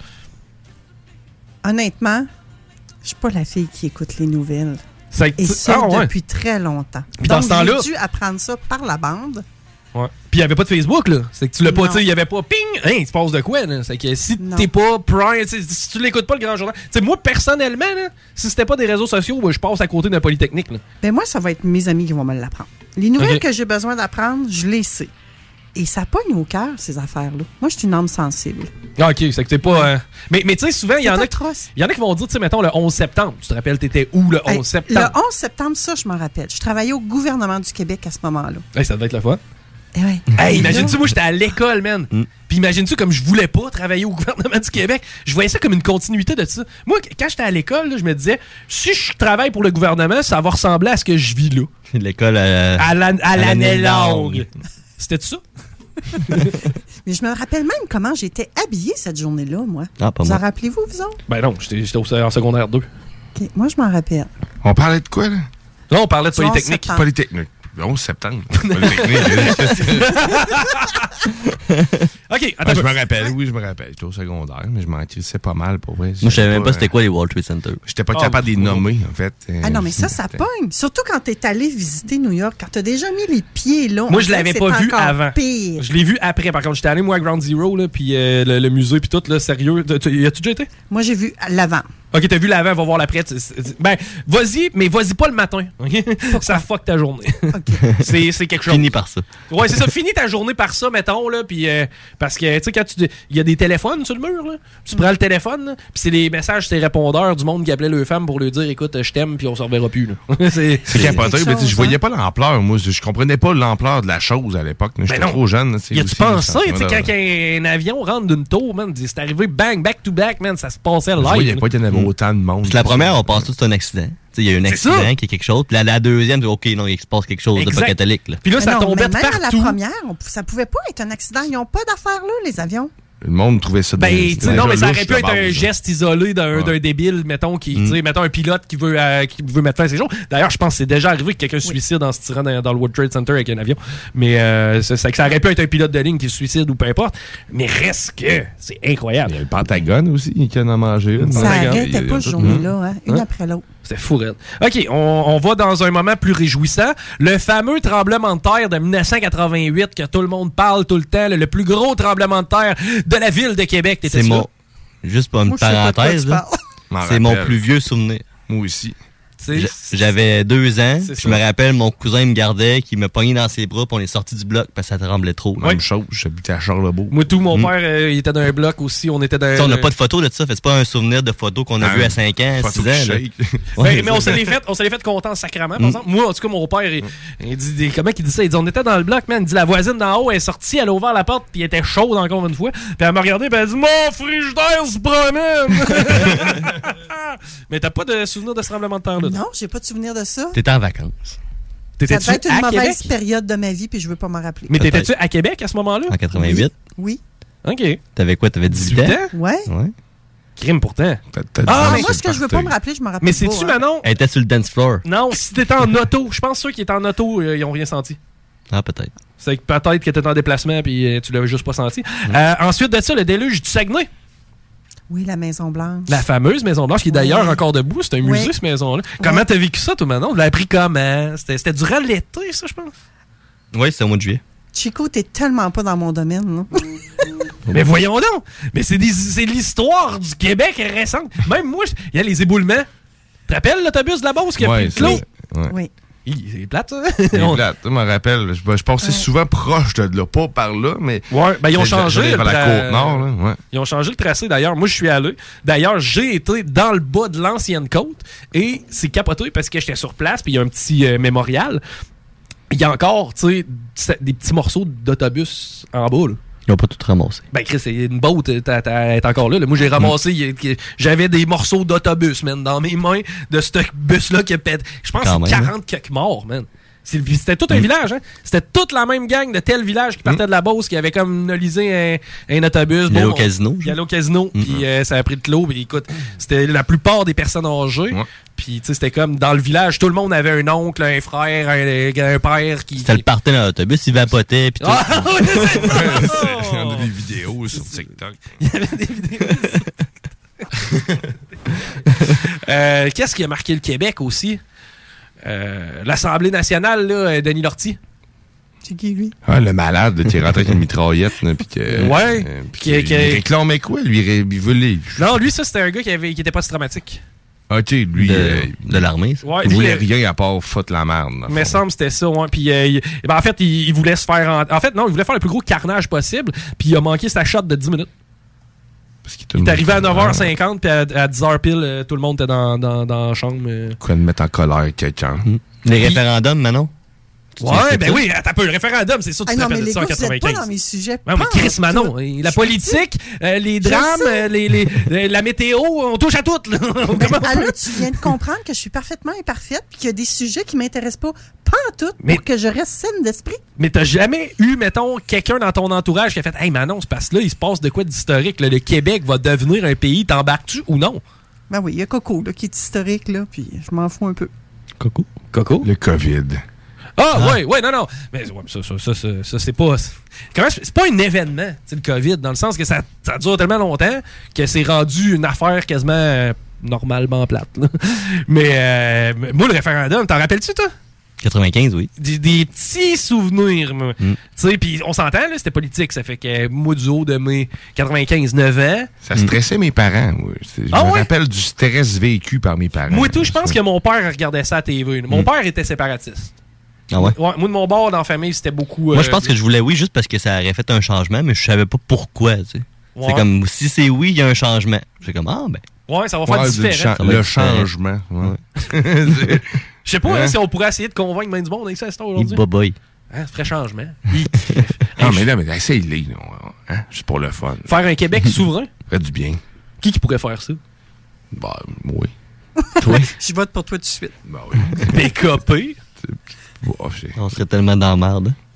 Honnêtement, je suis pas la fille qui écoute les nouvelles. Ça, Et ça, ah, ouais. depuis très longtemps. Puis dans Donc, ce temps-là, j'ai dû apprendre ça par la bande. Ouais. Puis il n'y avait pas de Facebook, là. C'est que tu l'as pas, Non. tu sais, il n'y avait pas ping, hein, il se passe de quoi, là. C'est que si Non. t'es pas prime, si tu l'écoutes pas le grand journal. Tu sais, moi, personnellement, là, si c'était pas des réseaux sociaux, ben, je passe à côté d'un Polytechnique, là. Ben moi, ça va être mes amis qui vont me l'apprendre. Les nouvelles Ok. que j'ai besoin d'apprendre, je les sais. Et ça pogne au cœur, ces affaires-là. Moi, je suis une âme sensible. Ah, OK, c'est que t'es pas... euh, Mais, mais tu sais, souvent, il y en a qui- atroce. il y en a qui vont dire, tu sais, mettons, le onze septembre. Tu te rappelles, t'étais où le Hey, onze septembre? Le onze septembre, ça, je m'en rappelle. Je travaillais au gouvernement du Québec à ce moment-là. Hey, ça devait être la fois. Eh ouais. Hey, Et imagine-tu, là- moi, j'étais à l'école, man. Puis imagine-tu, comme je voulais pas travailler au gouvernement du Québec, je voyais ça comme une continuité de ça. Moi, quand j'étais à l'école, là, je me disais, si je travaille pour le gouvernement, ça va ressembler à ce que je vis là. L'école à, À la- à l'année longue. longue. C'était ça? Mais je me rappelle même comment j'étais habillée cette journée-là, moi. Ah, pas vous moi. en rappelez-vous, vous autres? Ben non, j'étais j'étais au- en secondaire deux. Ok, moi, je m'en rappelle. On parlait de quoi, là? Là, on parlait de Du onze Polytechnique. septembre. Polytechnique. Le onze septembre. Polytechnique. OK, attends. Ouais, je un peu. me rappelle, oui, je me rappelle. J'étais au secondaire, mais je m'en crissais pas mal, pour vrai. Moi, je savais même pas euh, c'était quoi les World Trade Center. J'étais pas Oh, capable de les oh. nommer, en fait. Ah non, mais ça, ça pogne. Surtout quand t'es allé visiter New York, quand t'as déjà mis les pieds là. Moi, on je dirait l'avais que pas c'est vu encore avant. Pire. Je l'ai vu après, par contre. J'étais allé, moi, à Ground Zero, là, puis euh, le, le musée, puis tout, là, sérieux. Tu- tu- Y as-tu déjà été? Moi, j'ai vu l'avant. OK, t'as vu l'avant, va voir l'après. Tu- c'est- Ben, vas-y, mais vas-y pas le matin. OK? Ça fuck ta journée. c'est, c'est quelque chose. Fini par ça. Ouais, c'est ça. Finis ta journée par ça, mettons, là. Puis, euh, parce que, tu sais, quand tu. Il y a des téléphones sur le mur, là. Tu prends le téléphone, là, puis c'est les messages, c'est les répondeurs du monde qui appelait leur femme pour lui dire, écoute, je t'aime, puis on se reverra plus, là. c'est. C'est capoté, quelque mais tu sais, chose, je voyais hein? pas l'ampleur, moi. Je je comprenais pas l'ampleur de la chose à l'époque. là. J'étais Ben non. trop jeune. là, tu sais, Y a-tu aussi, pensé, ça, tu sais, ça, quand un avion rentre d'une tour, man, c'est arrivé bang, back to back, man, ça se passait live. Je voyais là. pas qu'il y en avait autant de monde. Puis la première, on pense tout c'est un accident. Il y a eu un C'est accident, ça. qui est quelque chose. Puis la, la deuxième, OK, non, il se passe quelque chose de Exact. pas catholique. Là. Puis là, Mais ça non, tombait mais de même à la partout. première, on- ça pouvait pas être un accident. Ils n'ont pas d'affaires là, les avions. Le monde trouvait ça Ben, des- tu sais, non, mais ça louche aurait pu de être un base, geste isolé d'un Ouais. d'un débile, mettons, qui, Mm. tu sais, mettons un pilote qui veut, euh, qui veut mettre fin à ses jours. D'ailleurs, je pense que c'est déjà arrivé que quelqu'un se suicide en se tirant dans, dans le World Trade Center avec un avion. Mais euh, c'est c'est que ça aurait pu être un pilote de ligne qui se suicide ou peu importe. Mais reste que c'est incroyable. Il y a le Pentagone aussi qui en a mangé une. Ça arrêtait pas ce journée-là, hein, une Hein? après l'autre. C'était fou, raide. OK, on, on va dans un moment plus réjouissant. Le fameux tremblement de terre de dix-neuf cent quatre-vingt-huit que tout le monde parle tout le temps, le, le plus gros tremblement de terre de la ville de Québec. T'étais C'est là? mon... Juste pour une Moi, je sais pas de quoi parenthèse, tu là. parles. C'est M'en mon rappelle. plus vieux souvenir. Moi aussi. C'est- J- J'avais deux ans. C'est puis ça. Je me rappelle, mon cousin me gardait, qui me pognait dans ses bras, puis on est sorti du bloc parce que ça tremblait trop. Même chose, j'habitais à Charlebourg. Moi, tout, mon Mm. père, euh, il était dans un bloc aussi. On était dans. Ça, on n'a pas de photo de ça. Fait que c'est pas un souvenir de photo qu'on a Ah, vu à cinq ans, photo six ans. qui là. shake. Ben, Ouais, mais on se l'est fait, on se l'est fait content sacrément, par Mm. exemple. Moi, en tout cas, mon père, il, il dit, des- comment il dit ça? Il dit, on était dans le bloc, man. Il dit, la voisine d'en haut est sortie, elle a ouvert la porte, puis elle était chaude encore une fois. Puis elle m'a regardé, puis elle a dit, mon frigidaire se promène! Mais t'as pas de souvenir de ce tremblement de terre, là? Non, j'ai pas de souvenir de ça. T'étais en vacances. Ça T'étais-tu devait être une à mauvaise Québec? période de ma vie, puis je veux pas m'en rappeler. Mais t'étais-tu à Québec à ce moment-là? En quatre-vingt-huit. Oui. OK. T'avais quoi? T'avais dix-huit ans? Ouais. Ouais. Crime pourtant. Ah, mais- moi, ce que je veux pas me rappeler, je me rappelle Mais pas. c'est-tu, hein. Manon? Elle était sur le dance floor. Non, si t'étais en auto, je pense ceux qui étaient en auto, euh, ils ont rien senti. Ah, peut-être. C'est que peut-être que t'étais en déplacement puis euh, tu l'avais juste pas senti. Euh, ensuite de ça, le déluge du Saguenay. Oui, la Maison Blanche. La fameuse Maison Blanche qui est d'ailleurs Ouais. encore debout. C'est un Ouais. musée, cette maison-là. Comment t'as vécu ça, toi, Manon? Tu l'as appris comment? C'était c'était durant l'été, ça, je pense? Oui, c'est au mois de juillet. Chico, t'es tellement pas dans mon domaine, là. Mais voyons donc! Mais c'est des- c'est l'histoire du Québec récente. Même moi, je- il y a les éboulements. Tu te rappelles l'autobus de la Beauce qui a Ouais, pris le clos? c'est- ouais. Oui. Hi, C'est plate, ça? C'est On- plate. Je me rappelle. Je, je passais souvent proche de là, pas par là, mais. Ouais, ben ils ont Je- changé. j'allais vers le la tra- côte nord, là. Ouais. Ils ont changé le tracé d'ailleurs. Moi, je suis allé. D'ailleurs, j'ai été dans le bas de l'ancienne côte et c'est capoté parce que j'étais sur place puis il y a un petit euh, mémorial. Il y a encore, tu sais, des petits morceaux d'autobus en bas, là. Ils n'ont pas tout ramassé. Ben, Chris, c'est une boat, t'as- t'as- est encore là, là. Moi, j'ai ramassé, il y a- j'avais des morceaux d'autobus, man, dans mes mains de ce bus-là qui a pété. Je pense que Quand c'est même, quarante quelques morts, man. C'est- C'était tout un village, hein. C'était toute la même gang de tel village qui partait de la Beauce, qui avait comme monolisé un, un autobus. Il allait Bon, au casino, Il allait au casino, puis euh, ça a pris de clos. Puis écoute, c'était la plupart des personnes âgées. Puis tu sais, c'était comme dans le village, tout le monde avait un oncle, un frère, un, un père qui. C'était le party dans l'autobus, il vapotait, puis tout. Ah, oui, c'est ça! Il y en a des vidéos sur TikTok. Il y avait des vidéos. Euh, Qu'est-ce qui a marqué le Québec aussi? Euh, L'Assemblée nationale, là, Denis Lortie. C'est qui, lui? Ah, le malade qui est rentré avec une mitraillette, là, puis que. Ouais. euh, puis Qui- qu'il- qui- il réclamait quoi? Lui, il il veut les. Non, lui, ça, c'était un gars qui, avait, qui était pas si traumatique. Ah, tu sais, lui. De- euh, de l'armée, ça. Ouais, il lui, voulait euh, rien à part foutre la merde. dans le Mais fond. semble c'était ça, ouais. Puis, euh, il- ben, en fait, il, il voulait se faire. En... en fait, non, il voulait faire le plus gros carnage possible. Puis, il a manqué sa shot de dix minutes. Parce qu'il Il est arrivé à neuf heures Ah, cinquante, puis à, à dix heures pile, euh, tout le monde était dans, dans, dans la chambre. euh. Quoi de mettre en colère quelqu'un. Les référendums, Manon? Tu Ouais, sais, ben ça? oui, attends un peu, le référendum, c'est sûr que Ah tu te non, mais rappelles de les ça en gars, vous êtes pas quatre-vingt-quinze. dans mes sujets. Ouais, mais Pas Chris en Manon, tout. la Je politique, euh, les Je drames, sais. euh, les, les, les- la météo, on touche à tout. Là. Comment on Ah peut- là, tu viens de comprendre que je suis parfaitement imparfaite puis qu'il y a des sujets qui m'intéressent pas, pas en tout, Mais- pour que je reste saine d'esprit. Mais t'as jamais eu, mettons, quelqu'un dans ton entourage qui a fait « Hey Manon, c'est parce que là, il se passe de quoi d'historique? là? Le Québec va devenir un pays, t'embarques-tu ou non? » Ben oui, il y a Coco là, qui est historique, là, puis je m'en fous un peu. Coco. Coco? Le COVID. Ah, ouais, ouais, non, non. Mais ouais, ça, ça, ça, ça, ça, c'est pas... c'est- Comment je- c'est pas un événement, tu sais, le COVID, dans le sens que ça, ça dure tellement longtemps que c'est rendu une affaire quasiment euh, normalement plate. là. Mais euh, moi, le référendum, t'en rappelles-tu, toi? quatre-vingt-quinze, oui. Des, des petits souvenirs, moi. Mm. Tu sais, puis on s'entend, là, c'était politique. Ça fait que moi, du haut de mes quatre-vingt-quinze neuf ans... Ça stressait mes parents. moi. C'est- Je Ah me ouais? rappelle du stress vécu par mes parents. Moi, tout, je pense que mon père regardait ça à T V. là. Mon Mm. père était séparatiste. Ah ouais? Ouais, moi, de mon bord, dans la famille, c'était beaucoup... Moi, euh, je pense que je voulais oui juste parce que ça aurait fait un changement, mais je savais pas pourquoi, tu sais. Ouais. C'est comme, si c'est oui, il y a un changement. C'est comme, ah, ben. Ouais, ça va faire Ouais, du différent. cha- Ça va le être différent. changement. ouais. Je sais pas Hein? hein, si on pourrait essayer de convaincre même du monde avec ça, c'est Il aujourd'hui. boboy. Hein, ça ferait changement. Non, mais là, mais essaye-les. là, Hein? Juste pour le fun. Faire un Québec souverain. Ça fait du bien. Qui qui pourrait faire ça? Bah, oui. Toi? Je vote pour toi tout de suite. Bah oui. P K P. Bah, c'est- On serait tellement dans la merde.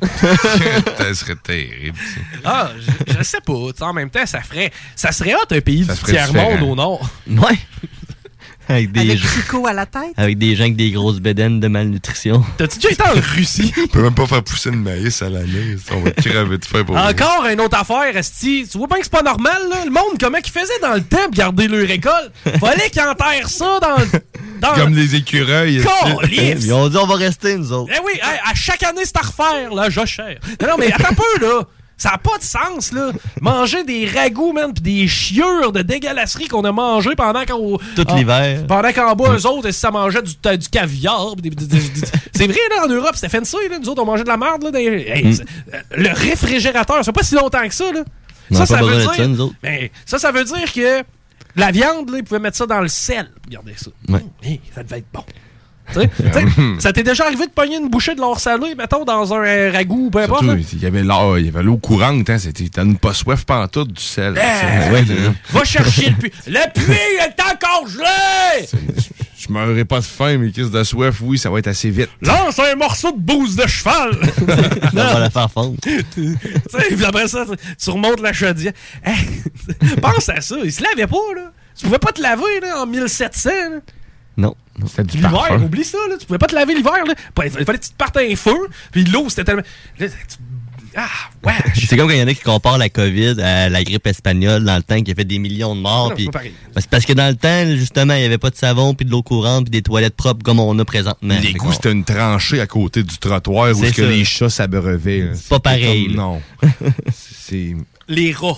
Ça serait terrible, ça. Ah, je, je sais pas. T'sais, en même temps, ça ferait. Ça serait hot un pays Ça du serait tiers-monde différent. au nord. Ouais. Avec des, Avec gens, Chico à la tête. avec des gens avec des grosses bédaines de malnutrition. T'as-tu déjà été en Russie? On peut même pas faire pousser de maïs à l'année. On va crever de faim pour vous. Encore une autre affaire, esti. Tu vois bien que c'est pas normal, là? Le monde, comment qu'ils faisaient dans le temps pour garder leur récolte? Fallait qu'ils enterrent ça dans le. Dans Comme le... les écureuils. Calisse! Ils ont dit on va rester, nous autres. Eh oui, hey, à chaque année, c'est à refaire, là, je cher. Non, non, mais attends un peu, là. Ça n'a pas de sens, là. Manger des ragoûts, man, pis des chiures de dégueulasserie qu'on a mangé pendant qu'on... Tout en- l'hiver. Pendant qu'en bas, eux autres, ça mangeait du, du caviar. Pis des- des- des- des- c'est vrai, là, en Europe, c'était fancy, là. Nous autres, on mangeait de la merde, là. Des, hey, Mm. c'est- euh, le réfrigérateur, ça fait pas si longtemps que ça, là. On Ça, n'a ça pas veut besoin de dire... ça, nous autres. Ben, ça, ça veut dire que la viande, là, ils pouvaient mettre ça dans le sel. Regardez ça. Ouais. Hey, ça devait être bon. Tu sais, tu sais, ça t'est déjà arrivé de pogner une bouchée de l'or salé, mettons, dans un euh, ragoût, peu importe? Surtout, là? il y avait l'eau, il y avait l'eau courante, hein, c'était, t'as pas soif pantoute du sel. Eh, Ouais, là. Va chercher le puits. Le puits, il est encore gelé! Je meurerai pas de faim, mais qu'est-ce de soif, oui, ça va être assez vite. Lance un morceau de bouse de cheval! On va la faire fondre. Tu sais, puis après ça, tu- tu remontes la chaudière. Hey, pense à ça, il se lavait pas, là. Tu pouvais pas te laver, là, en mille sept cents, là. Non. C'était du L'hiver, parfum. oublie ça, là. Tu pouvais pas te laver l'hiver, là. Il fallait que tu te partes un feu, puis l'eau, c'était tellement... Là, tu- Ah, ouais. C'est comme quand il y en a qui comparent la COVID à la grippe espagnole dans le temps qui a fait des millions de morts. Non, Puis c'est pas pareil. ben, c'est parce que dans le temps, justement, il n'y avait pas de savon, puis de l'eau courante, puis des toilettes propres comme on a présentement. Fait L'égout, qu'on- c'était une tranchée à côté du trottoir où C'est est-ce que ça. les chats s'abreuvaient. C'est pas pareil, Comme- là. Non. C'est Les rats.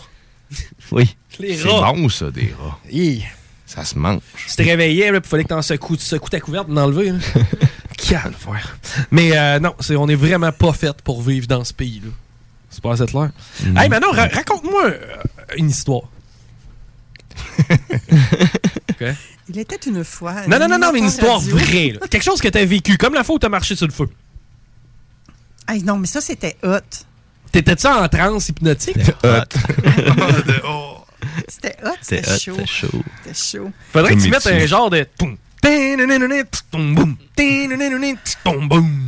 Oui. Les c'est rats. bon, ça, des rats. Hi. Ça se mange. Tu te réveillais, là, puis il fallait que t'en secoues, tu secoues ta couverte pour l'enlever. là. Calvaire. Mais euh, non, c'est, on est vraiment pas fait pour vivre dans ce pays-là. C'est pas assez clair. Mm. Hey, maintenant, ra- raconte-moi euh, une histoire. OK? Il était une fois. Non, non, non, non, mais une histoire radio. vraie. là. Quelque chose que t'as vécu, comme la fois où t'as marché sur le feu. Hey, non, mais ça, c'était hot. T'étais-tu en transe hypnotique? C'était hot, C'était c'était hot, chaud. c'était chaud. C'était chaud. Faudrait que tu Comme mettes Mitsu. un genre de... toum, ténénénéné, toum, boum, ténénénéné, toum, boum.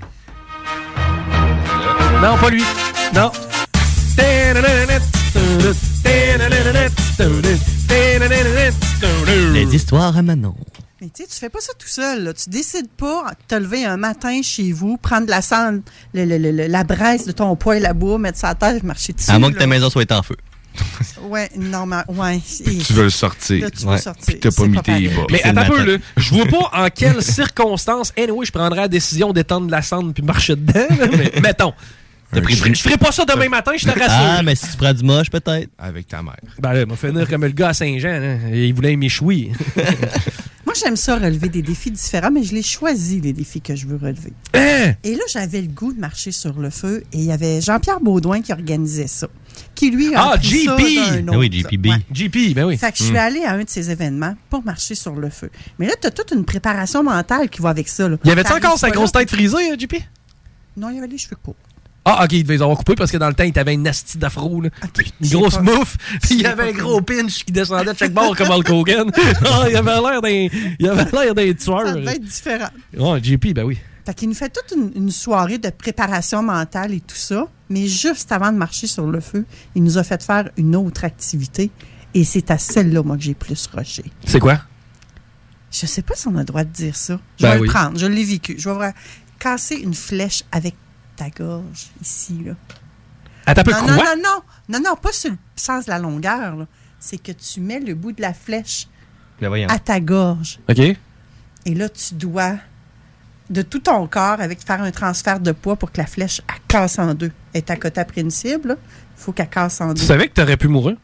Non, pas lui. Non. Ténénénéné, toum, ténénénéné, toum, ténénénéné, toum. Les histoires à Manon. Mais tu sais, tu fais pas ça tout seul. Là. Tu décides pas de te lever un matin chez vous, prendre la cendre, le- le- le- la braise de ton poêle à bois, mettre ça à terre et marcher dessus. À moins que là. ta maison soit en feu. Ouais, non, mais ouais. Puis tu veux le sortir. Là, tu veux Ouais. sortir. Puis t'as pas C'est mis tes pareil. bas. Mais C'est le attends un peu, matin. là. Je vois pas en quelles circonstances, anyway, je prendrais la décision d'étendre la cendre puis marcher dedans. là, mais mettons. Un Je ferai- je ferai pas ça demain matin, je te rassure. Ah, mais si tu prends du moche, peut-être. Avec ta mère. Ben là, il m'a fait venir comme le gars à Saint-Jean. Là. Il voulait m'échouer. Moi, j'aime ça relever des défis différents, mais je l'ai choisi, les défis que je veux relever. Hein? Et là, j'avais le goût de marcher sur le feu et il y avait Jean-Pierre Baudouin qui organisait ça. Qui, lui, a Ah, pris J ça P! d'un Ah autre. oui, J P B. Ouais. J P, ben oui. Fait que je suis allée à un de ces événements pour marcher sur le feu. Mais là, tu as toute une préparation mentale qui va avec ça. Là. Y avait-tu T'arrives encore sa pas grosse là. tête frisée, hein, J P? Non, il y avait les cheveux courts. Ah, ok, il devait les avoir coupés parce que dans le temps, il avait une asti d'afro, là. Ok, Une j'ai grosse pas- mouffe, puis il y j'ai avait un pas gros pinch qui descendait de chaque bord comme Hulk Hogan. Ah, il avait l'air d'un, il avait l'air d'un tueur. Ça devait être différent. Ah, J P, ben oui. Fait qu'il nous fait toute une, une soirée de préparation mentale et tout ça. Mais juste avant de marcher sur le feu, il nous a fait faire une autre activité. Et c'est à celle-là, moi, que j'ai plus rushé. C'est quoi? Je sais pas si on a le droit de dire ça. Je Ben vais oui. le prendre. Je l'ai vécu. Je vais voir casser une flèche avec ta gorge, ici, là. Attends un peu, non, quoi? non, non, non. Non, non, pas sur le sens de la longueur, là. C'est que tu mets le bout de la flèche Ben voyons. à ta gorge. OK. Et là, tu dois, de tout ton corps, avec faire un transfert de poids pour que la flèche elle casse en deux. Elle est à côté après une cible, il faut qu'elle casse en deux. Tu savais que t'aurais pu mourir?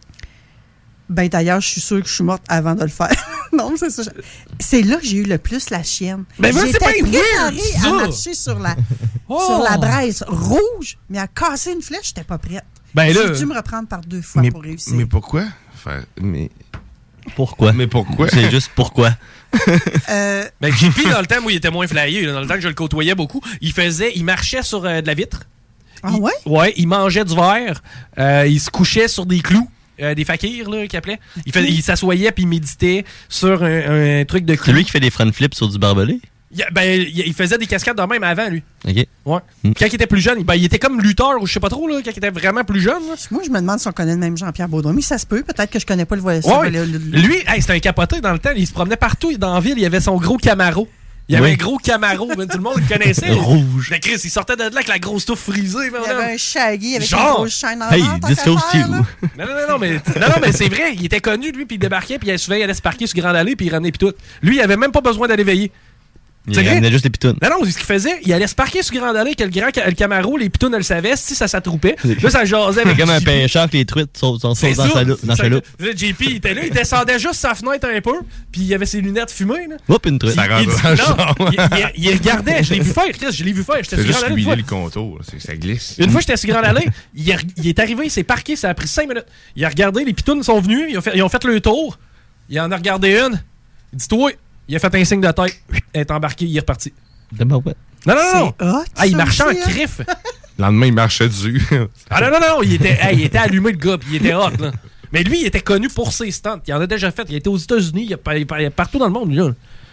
Ben d'ailleurs, je suis sûre que je suis morte avant de le faire. Non, c'est ça. C'est là que j'ai eu le plus la chienne. Ben, moi, c'est J'étais bien weird, préparée ça. à marcher sur la, Oh. sur la braise rouge, mais à casser une flèche, j'étais pas prête. Ben là- J'ai dû me reprendre par deux fois Mais, pour réussir. mais pourquoi? Faire, mais, Pourquoi? mais pourquoi? C'est juste pourquoi. Euh, Ben, J P, dans le temps où il était moins flyé, là, dans le temps que je le côtoyais beaucoup, il faisait, il marchait sur euh, de la vitre. ah Il- ouais? Ouais, il mangeait du verre, euh, il se couchait sur des clous. Euh, des fakirs, là, qu'il appelait. Il, fait- il s'assoyait puis il méditait sur un, un truc de C'est clous. lui qui fait des front flips sur du barbelé? Il, ben, il, il faisait des cascades de même avant, lui. OK. Ouais. Mm. Quand il était plus jeune, ben, il était comme lutteur, ou je sais pas trop, là, quand il était vraiment plus jeune. Là. Moi, je me demande si on connaît le même Jean-Pierre Baudouin. Mais ça se peut. Peut-être que je connais pas le voyageur. Ouais. Le, le, le... Lui, hey, c'était un capoté dans le temps. Il se promenait partout dans la ville. Il avait son gros Camaro. Il y avait oui. un gros Camaro, mais tout le monde le connaissait. Rouge. Mais Chris, il sortait de là avec la grosse touffe frisée. Il y avait un Shaggy avec Genre, une grosse chaîne en Hey, vente, Disco Stew. Non, non, non, non, mais, non, non, mais c'est vrai. Il était connu, lui, puis il débarquait, puis il souvent, il allait se parquer sur Grande Allée, puis il ramenait puis tout. Lui, il avait même pas besoin d'aller veiller. Il ramenait juste les pitounes. Non, non, c'est ce qu'il faisait. Il allait se parquer sur Grande Allée, que le, grand, le Camaro, les pitounes, elle le savait, si ça s'attroupait. Là, ça jasait avec c'est comme un J P. pêcheur que les truites sont, sont, sont dans sa chaloupe. Là, J P, il était là, il descendait juste sa fenêtre un peu, puis il avait ses lunettes fumées. Là. Hop, une truite. Il, il, il, non, il, il, il regardait, je l'ai vu faire, Chris, je l'ai vu faire. C'est juste huiler le contour, ça glisse. Une fois, j'étais sur Grande Allée, il, il est arrivé, il s'est parqué, ça a pris cinq minutes. Il a regardé, les pitounes sont venus, ils ont fait, ils ont fait le tour. Il en a regardé une. Il dit, toi, il a fait un signe de tête. Elle est embarqué, il est reparti. De bon, ouais. Non, non, non. Hot, ah, il marchait en aussi, crif. Le lendemain, il marchait dessus. Ah non, non, non. Il était, hey, il était allumé, le gars. Puis il était hot, là. Mais lui, il était connu pour ses stunts. Il en a déjà fait. Il était aux États-Unis. Il est partout dans le monde, là.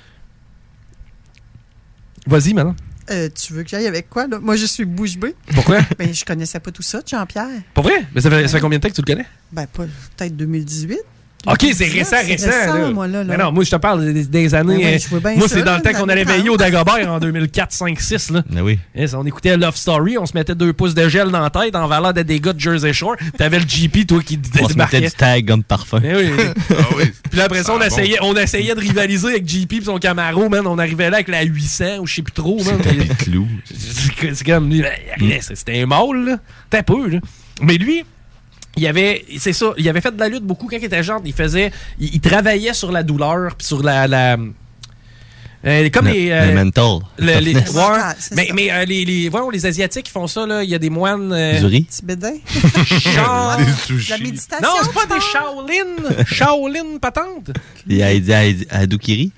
Vas-y, maintenant. Euh, tu veux que j'aille avec quoi, là? Moi, je suis bouche bée. Pourquoi? Ben, je connaissais pas tout ça, Jean-Pierre. Pour vrai? Mais ça fait, ça fait combien de temps que tu le connais? Ben, pas, peut-être deux mille dix-huit. OK, c'est récent, récent. récent là. Moi, là, là. Mais non, moi, je te parle des, des années. Ben oui, euh, moi, c'est ça, dans le temps qu'on allait trente. veiller au Dagobert en deux mille quatre, cinq, six. Là. Ben oui. Yes, on écoutait Love Story, on se mettait deux pouces de gel dans la tête en valeur d'être des gars de Jersey Shore. T'avais le J P, toi, qui on débarquait. On se mettait du tag comme parfum. Ben oui. Ah oui. Puis là, après ça, on essayait, on essayait de rivaliser avec J P et son Camaro, man. On arrivait là avec la huit cents ou je sais plus trop, man. C'était clou. C'est comme lui, c'était un mâle, là. T'es peu, là. Mais lui... Il avait, c'est ça, il avait fait de la lutte beaucoup quand il était jeune. Il faisait, il, il travaillait sur la douleur puis sur la, la euh, comme le, les, euh, le mental, le, les, ouais, ah, mais mais euh, les, les, voyons, les asiatiques qui font ça là, il y a des moines. Euh, du riz, tibétain, genre, la méditation. Non, c'est pas des Shaolin, Shaolin patente. Il a dit à Adukiri.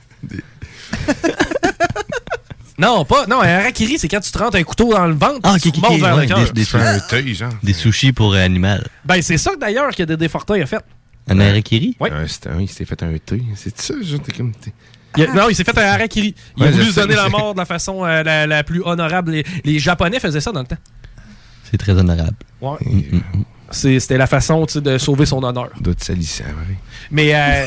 Non, pas. Non, un harakiri, c'est quand tu te rentres un couteau dans le ventre ah, et tu okay, montes okay, vers ouais, le cœur. Des, des, un teuil, genre. Des sushis pour euh, animal. Ben, c'est ça d'ailleurs que Dédé Fortin a fait. Un harakiri? Oui. Euh, il s'est fait un thé. C'est ça, genre, t'es comme. T'es... Il a, non, il s'est fait un harakiri. Il ouais, a voulu se sais, donner mais... la mort de la façon euh, la, la plus honorable. Les, les Japonais faisaient ça dans le temps. C'est très honorable. Ouais. Mm, mm, mm. C'était la façon de sauver son honneur. D'autres salissants, oui. Mais. Euh...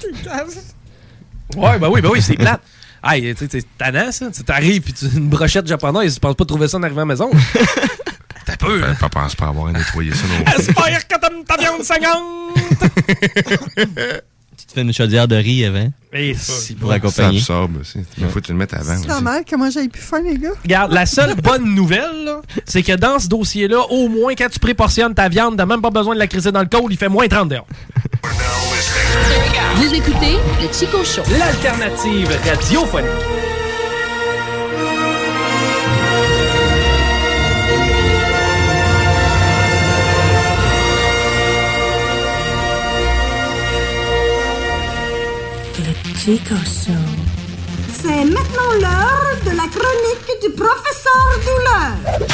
ouais, ben oui, ben oui, c'est plate. Hey, tu sais, c'est tannant, ça. Tu t'arrives pis tu une brochette japonaise, tu penses pas trouver ça en arrivant à la maison. T'as peur. Ben, pas pense pas avoir nettoyé ça non plus. Espère que t'aimes ta viande saignante. Tu te fais une chaudière de riz avant. Et si pour accompagner. Ça absorbe aussi. Il faut que tu le mettes avant. C'est normal, comment j'avais pu faire, les gars? Regarde, la seule bonne nouvelle, là, c'est que dans ce dossier-là, au moins, quand tu préportionnes ta viande, t'as même pas besoin de la crisser dans le col, il fait moins trente dehors. Vous écoutez le Chico Show, l'alternative radiophonique. Le Chico Show. C'est maintenant l'heure de la chronique du professeur Douleur.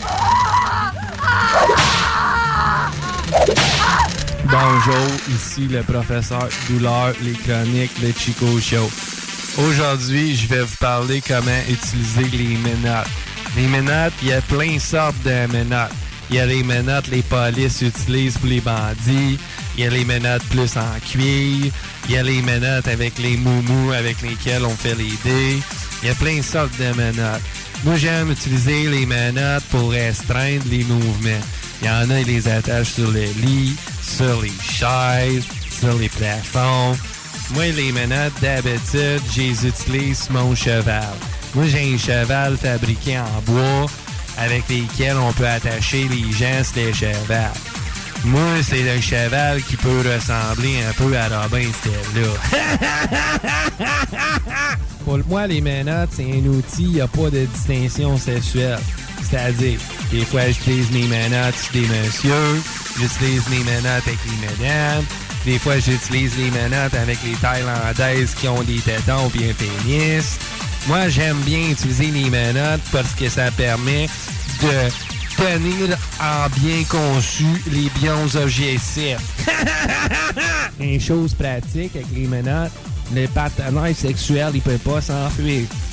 Bonjour, ici le professeur Douleur, les chroniques de Chico Show. Aujourd'hui, je vais vous parler comment utiliser les menottes. Les menottes, il y a plein de sortes de menottes. Il y a les menottes les polices utilisent pour les bandits. Il y a les menottes plus en cuir. Il y a les menottes avec les moumous avec lesquels on fait les dés. Il y a plein de sortes de menottes. Moi, j'aime utiliser les menottes pour restreindre les mouvements. Il y en a, ils les attachent sur le lit, sur les chaises, sur les plafonds. Moi, les menottes, d'habitude, je les utilise sur mon cheval. Moi, j'ai un cheval fabriqué en bois avec lesquels on peut attacher les gens sur les chevals. Moi, c'est un cheval qui peut ressembler un peu à Robin Stella. Pour moi, les menottes, c'est un outil, il n'y a pas de distinction sexuelle. C'est-à-dire, des fois, j'utilise mes menottes sur des messieurs, j'utilise mes menottes avec les madames, des fois, j'utilise les menottes avec les Thaïlandaises qui ont des tétons et un pénis. Moi, j'aime bien utiliser les menottes parce que ça permet de tenir en bien conçu les bons objectifs. Une chose pratique avec les menottes, le partenaire sexuel, il peut pas s'enfuir.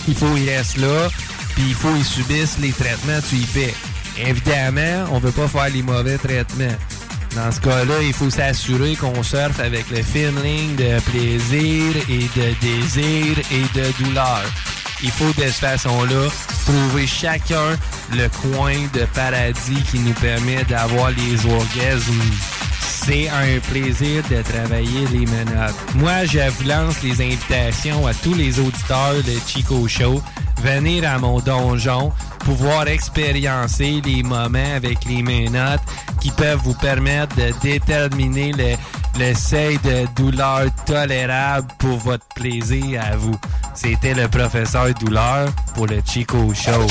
il faut qu'ils restent là, puis il faut qu'ils subissent les traitements que tu y fais. Évidemment, on veut pas faire les mauvais traitements. Dans ce cas-là, il faut s'assurer qu'on surfe avec le fine ligne de plaisir et de désir et de douleur. Il faut de cette façon-là trouver chacun le coin de paradis qui nous permet d'avoir les orgasmes. C'est un plaisir de travailler les menottes. Moi, je vous lance les invitations à tous les auditeurs de Chico Show. Venir à mon donjon, pouvoir expériencer les moments avec les menottes qui peuvent vous permettre de déterminer le, le seuil de douleur tolérable pour votre plaisir à vous. C'était le professeur Douleur pour le Chico Show.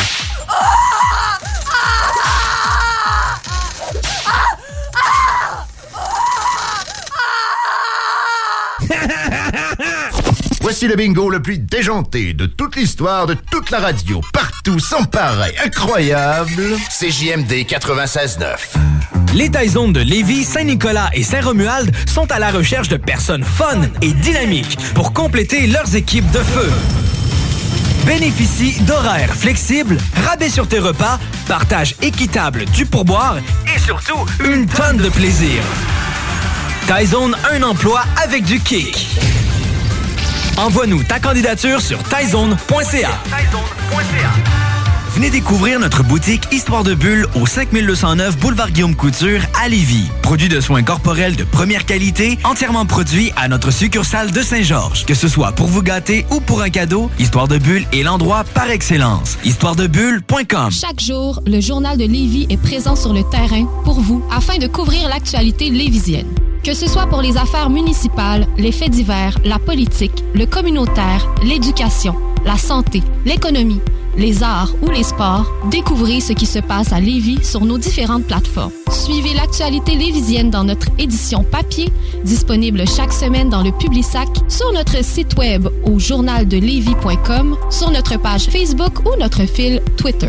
Voici le bingo le plus déjanté de toute l'histoire, de toute la radio, partout, sans pareil, incroyable. C J M D quatre-vingt-seize neuf. Les Taizones de Lévis, Saint-Nicolas et Saint-Romuald sont à la recherche de personnes fun et dynamiques pour compléter leurs équipes de feu. Bénéficie d'horaires flexibles, rabais sur tes repas, partage équitable du pourboire et surtout une tonne de plaisir. Taizone, un emploi avec du kick. Envoie-nous ta candidature sur taizone point c a. Venez découvrir notre boutique Histoire de Bulle au cinq mille deux cent neuf Boulevard Guillaume Couture à Lévis. Produit de soins corporels de première qualité, entièrement produit à notre succursale de Saint-Georges. Que ce soit pour vous gâter ou pour un cadeau, Histoire de Bulle est l'endroit par excellence. histoire de bulle point com. Chaque jour, le Journal de Lévis est présent sur le terrain pour vous afin de couvrir l'actualité lévisienne. Que ce soit pour les affaires municipales, les faits divers, la politique, le communautaire, l'éducation, la santé, l'économie, les arts ou les sports, découvrez ce qui se passe à Lévis sur nos différentes plateformes. Suivez l'actualité lévisienne dans notre édition papier, disponible chaque semaine dans le Publisac, sur notre site web au journal de lévis point com, sur notre page Facebook ou notre fil Twitter.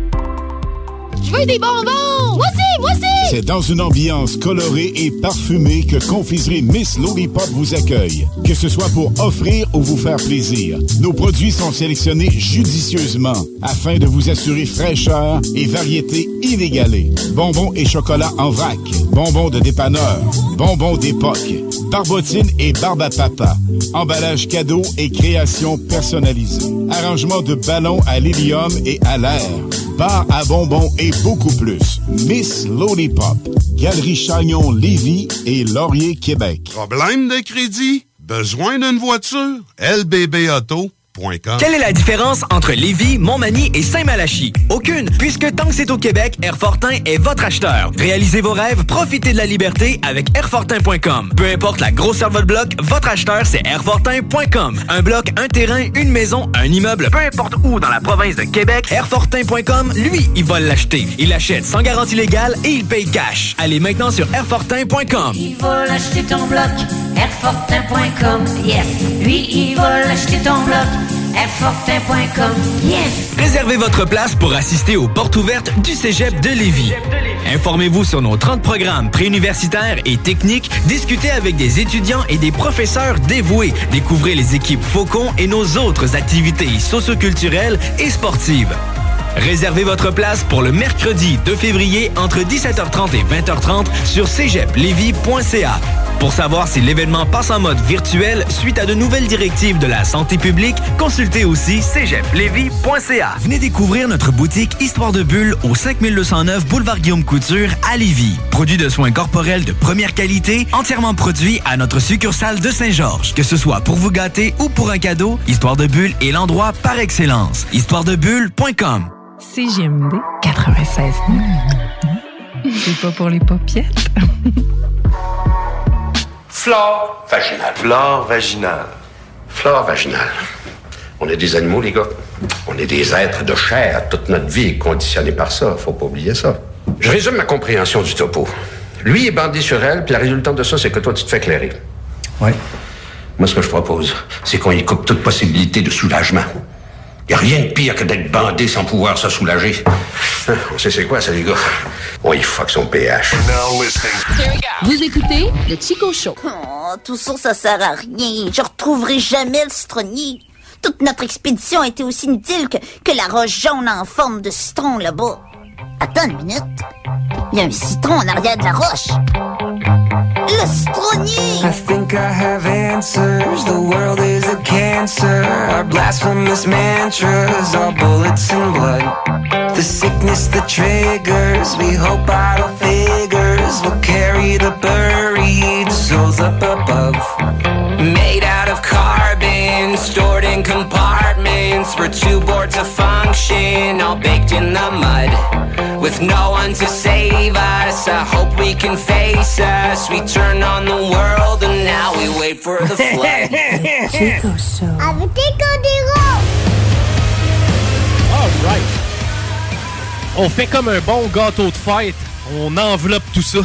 Je veux des bonbons! Moi aussi, moi aussi! C'est dans une ambiance colorée et parfumée que Confiserie Miss Lollipop vous accueille. Que ce soit pour offrir ou vous faire plaisir, nos produits sont sélectionnés judicieusement afin de vous assurer fraîcheur et variété inégalée. Bonbons et chocolat en vrac, bonbons de dépanneur, bonbons d'époque, barbotines et barbe à papa, emballage cadeau et création personnalisée, arrangement de ballons à l'hélium et à l'air, bar à bonbons et beaucoup plus. Miss Lollipop, Galerie Chagnon Lévis et Laurier Québec. Problème de crédit? Besoin d'une voiture? L B B auto point com. Quelle est la différence entre Lévis, Montmagny et Saint-Malachie? Aucune, puisque tant que c'est au Québec, Airfortin est votre acheteur. Réalisez vos rêves, profitez de la liberté avec airfortin point com. Peu importe la grosseur de votre bloc, votre acheteur, c'est airfortin point com. Un bloc, un terrain, une maison, un immeuble, peu importe où dans la province de Québec, airfortin point com, lui, il va l'acheter. Il l'achète sans garantie légale et il paye cash. Allez maintenant sur airfortin point com. Il va l'acheter ton bloc, airfortin point com, yes. Lui, il va l'acheter ton bloc, airfortin point com, yes. Réservez votre place pour assister aux portes ouvertes du Cégep de Lévis. Informez-vous sur nos trente programmes préuniversitaires et techniques, discutez avec des étudiants et des professeurs dévoués, découvrez les équipes Faucon et nos autres activités socioculturelles et sportives. Réservez votre place pour le mercredi deux février entre dix-sept heures trente et vingt heures trente sur cégep lévis point c a. Pour savoir si l'événement passe en mode virtuel suite à de nouvelles directives de la santé publique, consultez aussi cégep lévis point c a. Venez découvrir notre boutique Histoire de Bulle au cinq mille deux cent neuf Boulevard Guillaume Couture à Lévis. Produit de soins corporels de première qualité, entièrement produit à notre succursale de Saint-Georges. Que ce soit pour vous gâter ou pour un cadeau, Histoire de Bulle est l'endroit par excellence. histoire de bulle point com. C J M D quatre-vingt-seize neuf. C'est pas pour les paupiètes. Flore vaginale. Flore vaginale. Flore vaginale. On est des animaux, les gars. On est des êtres de chair. Toute notre vie est conditionnée par ça. Faut pas oublier ça. Je résume ma compréhension du topo. Lui est bandé sur elle, puis la résultante de ça, c'est que toi, tu te fais éclairer. Oui. Moi, ce que je propose, c'est qu'on y coupe toute possibilité de soulagement. Il n'y a rien de pire que d'être bandé sans pouvoir se soulager. Hein, on sait c'est quoi, ça, les gars? On y fuck son pH. Vous écoutez le Chico Show. Oh, tout ça, ça sert à rien. Je retrouverai jamais le citronnier. Toute notre expédition était aussi inutile que, que la roche jaune en forme de citron là-bas. Attends une minute. Il y a un citron en arrière de la roche. Le citronnier! I think I have answers. The world is a cancer. Our blasphemous mantras are bullets and blood. The sickness that triggers. We hope idle figures will carry the buried souls up above. Made out of carbon, stored in compartments. We're too bored to function, all baked in the mud. With no one to save us, I hope we can face us. We turn on the world and now we wait for the flood. Chico Show. Avec Chico Diro. All right. On fait comme un bon gâteau de fête. On enveloppe tout ça.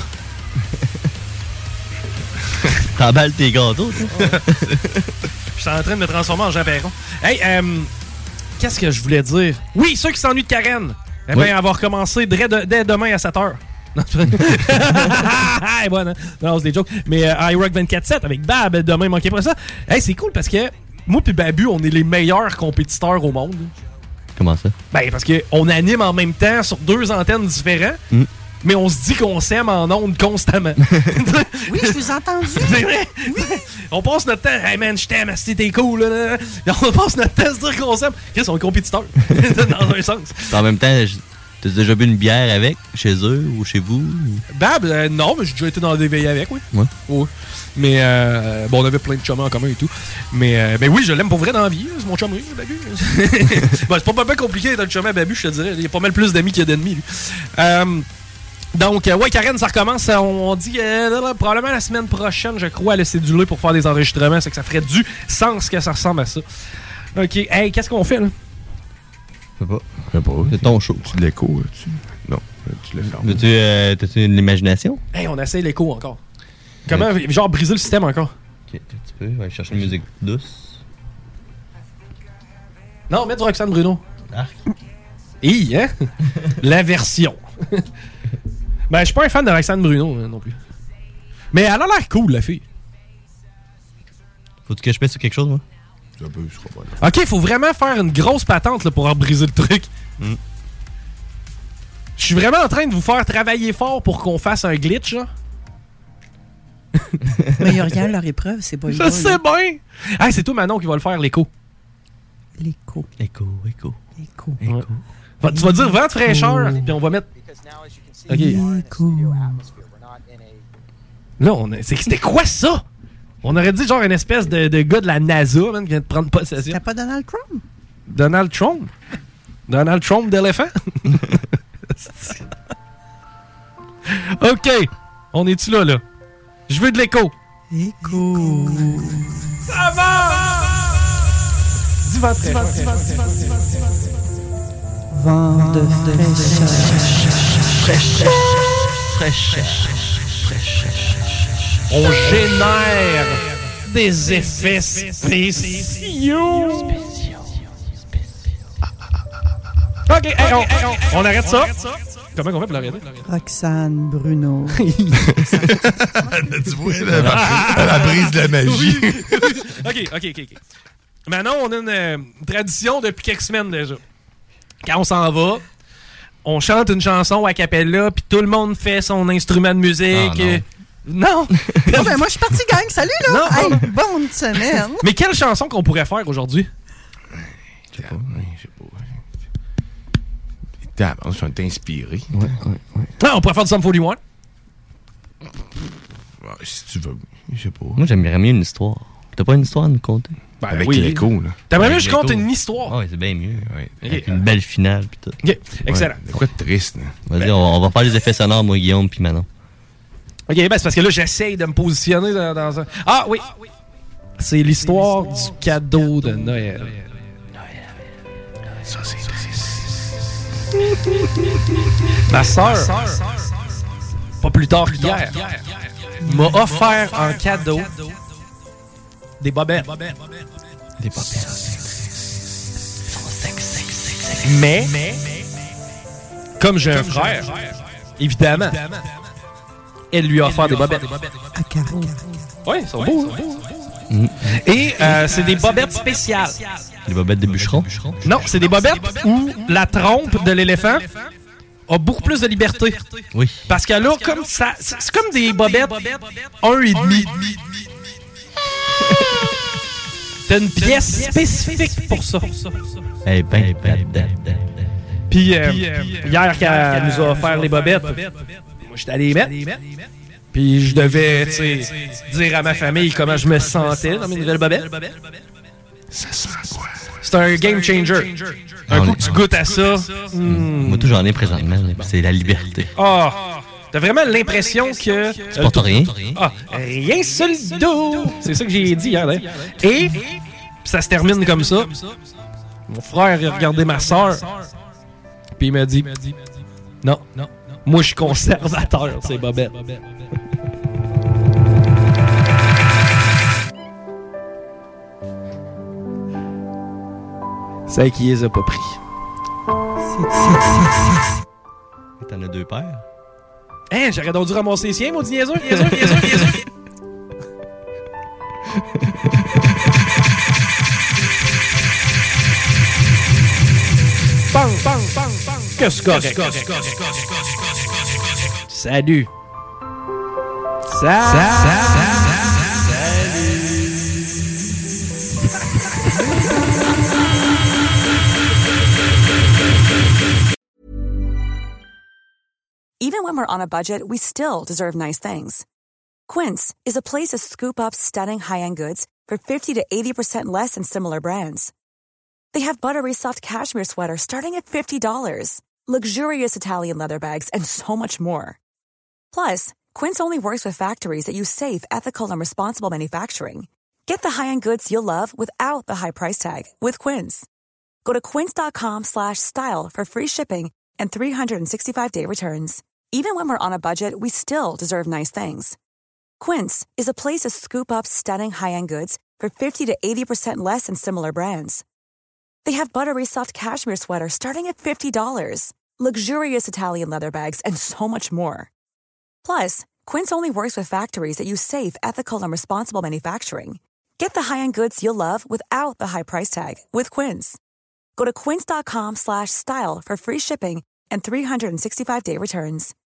T'emballes tes gâteaux, toi. Je suis en train de me transformer en Jean Perron. Hey, euh, qu'est-ce que je voulais dire? Oui, ceux qui s'ennuient de Karen. Eh bien, Oui. elle va recommencer dès, de- dès demain à sept heures. Non, c'est pas- bon, non, non, c'est des jokes. Mais euh, iRock vingt-quatre sept avec Bab, demain, manquez pas ça. Hey, c'est cool parce que moi puis Babu, on est les meilleurs compétiteurs au monde. Comment ça? Ben, parce qu'on anime en même temps sur deux antennes différentes, Mm. mais on se dit qu'on s'aime en ondes constamment. Oui, je vous ai entendu. C'est vrai? On passe notre temps. Hey man, je t'aime, si t'es cool. Là, là. On passe notre temps à se dire qu'on s'aime. Qu'est-ce qu'on est compétiteurs? Dans un sens. Puis en même temps, je- t'as déjà bu une bière avec, chez eux ou chez vous? Bab, euh, non, mais j'ai déjà été dans des veillées avec, oui. Ouais. Oui. Mais euh, bon, on avait plein de chums en commun et tout. Mais euh, ben oui, je l'aime pour vrai dans la vie. C'est mon chum, oui, Babu. Bon, c'est pas pas compliqué d'être un chum à Babu, je te dirais. Il y a pas mal plus d'amis qu'il y a d'ennemis, lui. Euh, donc, euh, ouais, Karen, ça recommence. On, on dit euh, là, là, probablement la semaine prochaine, je crois, à le cédulé pour faire des enregistrements. C'est que ça ferait du sens que ça ressemble à ça. OK. Hey, qu'est-ce qu'on fait, là? Je sais pas. Je sais pas. C'est ton show. Tu de l'écho, là, tu... Non, tu l'as fermé. Veux-tu, euh, t'as-tu une imagination? Hey, on essaye l'écho encore. Comment, genre, briser le système encore? Ok, tu peux, on va aller chercher une musique douce. Non, mets du Roxane Bruno. Arc. Hi, hein? La version. Ben, je suis pas un fan de Roxane Bruno hein, non plus. Mais elle a l'air cool, la fille. Faut-tu que je pèse sur quelque chose, moi? Ça peut, je crois pas. Ok, faut vraiment faire une grosse patente là, pour en briser le truc. Mm. Je suis vraiment en train de vous faire travailler fort pour qu'on fasse un glitch, là. Mais il n'y a rien à leur épreuve, c'est pas Je drôle, sais là. bien! Ah, c'est toi, Manon, qui va le faire, l'écho. L'écho. Écho, écho. Écho. Ouais. Va- Tu vas dire vent de fraîcheur, puis on va mettre. Ok. Écho. Là, on a- c'est- c'était quoi ça? On aurait dit genre une espèce de, de gars de la NASA man, qui vient de prendre possession. C'était pas Donald Trump? Donald Trump? Donald Trump d'éléphant? OK. On est-tu là, là? Je veux de l'écho. Écho. Ça va! Dis vent de fraîcheur. Vent de fraîcheur. Fraîcheur. Fraîcheur. On génère des effets spéciaux. OK, hey, on, on arrête ça. Comment on fait pour l'arrêter? Roxane Bruno. Tu vois, la, la brise de la magie. OK, OK, OK. OK. Maintenant, on a une euh, tradition depuis quelques semaines déjà. Quand on s'en va, on chante une chanson a cappella, puis tout le monde fait son instrument de musique. Ah, non. Non! Oh, ben moi, je suis parti, gang. Salut, là. Non. Hey, bonne semaine. Mais quelle chanson qu'on pourrait faire aujourd'hui? Je sais pas. Je sais pas. Putain, on s'est inspirés. Ouais, ouais, ouais. Ah, on pourrait faire du Sum quarante et un. Ouais, si tu veux. Je sais pas. Moi, j'aimerais mieux une histoire. T'as pas une histoire à nous conter? Ben, Avec oui. l'écho, là. T'aimerais mieux Avec que je compte l'écho. une histoire? Ouais, c'est bien mieux. Ouais. Avec une belle finale pis tout. OK, excellent. Ouais, de quoi de triste, là? Vas-y, on, on va faire les effets sonores, moi, Guillaume puis Manon. OK, ben c'est parce que là, j'essaye de me positionner dans, dans un... Ah, oui! C'est l'histoire du cadeau de Noël. Ça, c'est triste. Ma sœur, pas plus tard qu'hier, m'a offert en cadeau des bobettes. Des bobettes. Mais, comme j'ai un frère, évidemment, elle lui a offert des bobettes. À carreaux. Oui, ils sont beaux. hein? Mm. Et euh, c'est des bobettes spéciales. Les bobettes de bûcheron? Non, c'est des bobettes où la trompe de l'éléphant a beaucoup plus de liberté. Oui. Parce que là, comme ça, c'est comme des bobettes un et demi. T'as une pièce spécifique pour ça. Eh ben, ben, ben, ben. Puis, euh, hier, quand elle nous a offert les bobettes, moi, j'étais allé les mettre. Puis, je devais, tu sais, dire à ma famille comment je me sentais dans mes nouvelles bobettes. Ça sent quoi? C'est un game changer. Un coup que tu goûtes à ça. Hmm. Moi, tout j'en ai présentement, c'est la liberté. Ah! T'as vraiment l'impression que... Tu portes rien? Ah, rien sur le dos! C'est ça que j'ai dit hier, d'ailleurs. Et ça se termine comme ça. Mon frère a regardé ma soeur. Puis il m'a dit... Non, non. Moi, je suis conservateur, c'est bobette. C'est qui les a pas pris. T'en as deux paires? Hein, j'aurais donc dû ramasser les siens, maudit niaiseux, niaiseux, niaiseux, niaiseux. Bang, bang, bang, bang. Que c'est correct. Salut. Salut. Even when we're on a budget, we still deserve nice things. Quince is a place to scoop up stunning high-end goods for fifty to eighty percent less than similar brands. They have buttery soft cashmere sweaters starting at fifty dollars, luxurious Italian leather bags, and so much more. Plus, Quince only works with factories that use safe, ethical, and responsible manufacturing. Get the high-end goods you'll love without the high price tag with Quince. Go to quince.com slash style for free shipping and three sixty-five day returns. Even when we're on a budget, we still deserve nice things. Quince is a place to scoop up stunning high-end goods for fifty to eighty percent less than similar brands. They have buttery soft cashmere sweaters starting at fifty dollars, luxurious Italian leather bags, and so much more. Plus, Quince only works with factories that use safe, ethical, and responsible manufacturing. Get the high-end goods you'll love without the high price tag with Quince. Go to quince.com slash style for free shipping and three sixty-five day returns.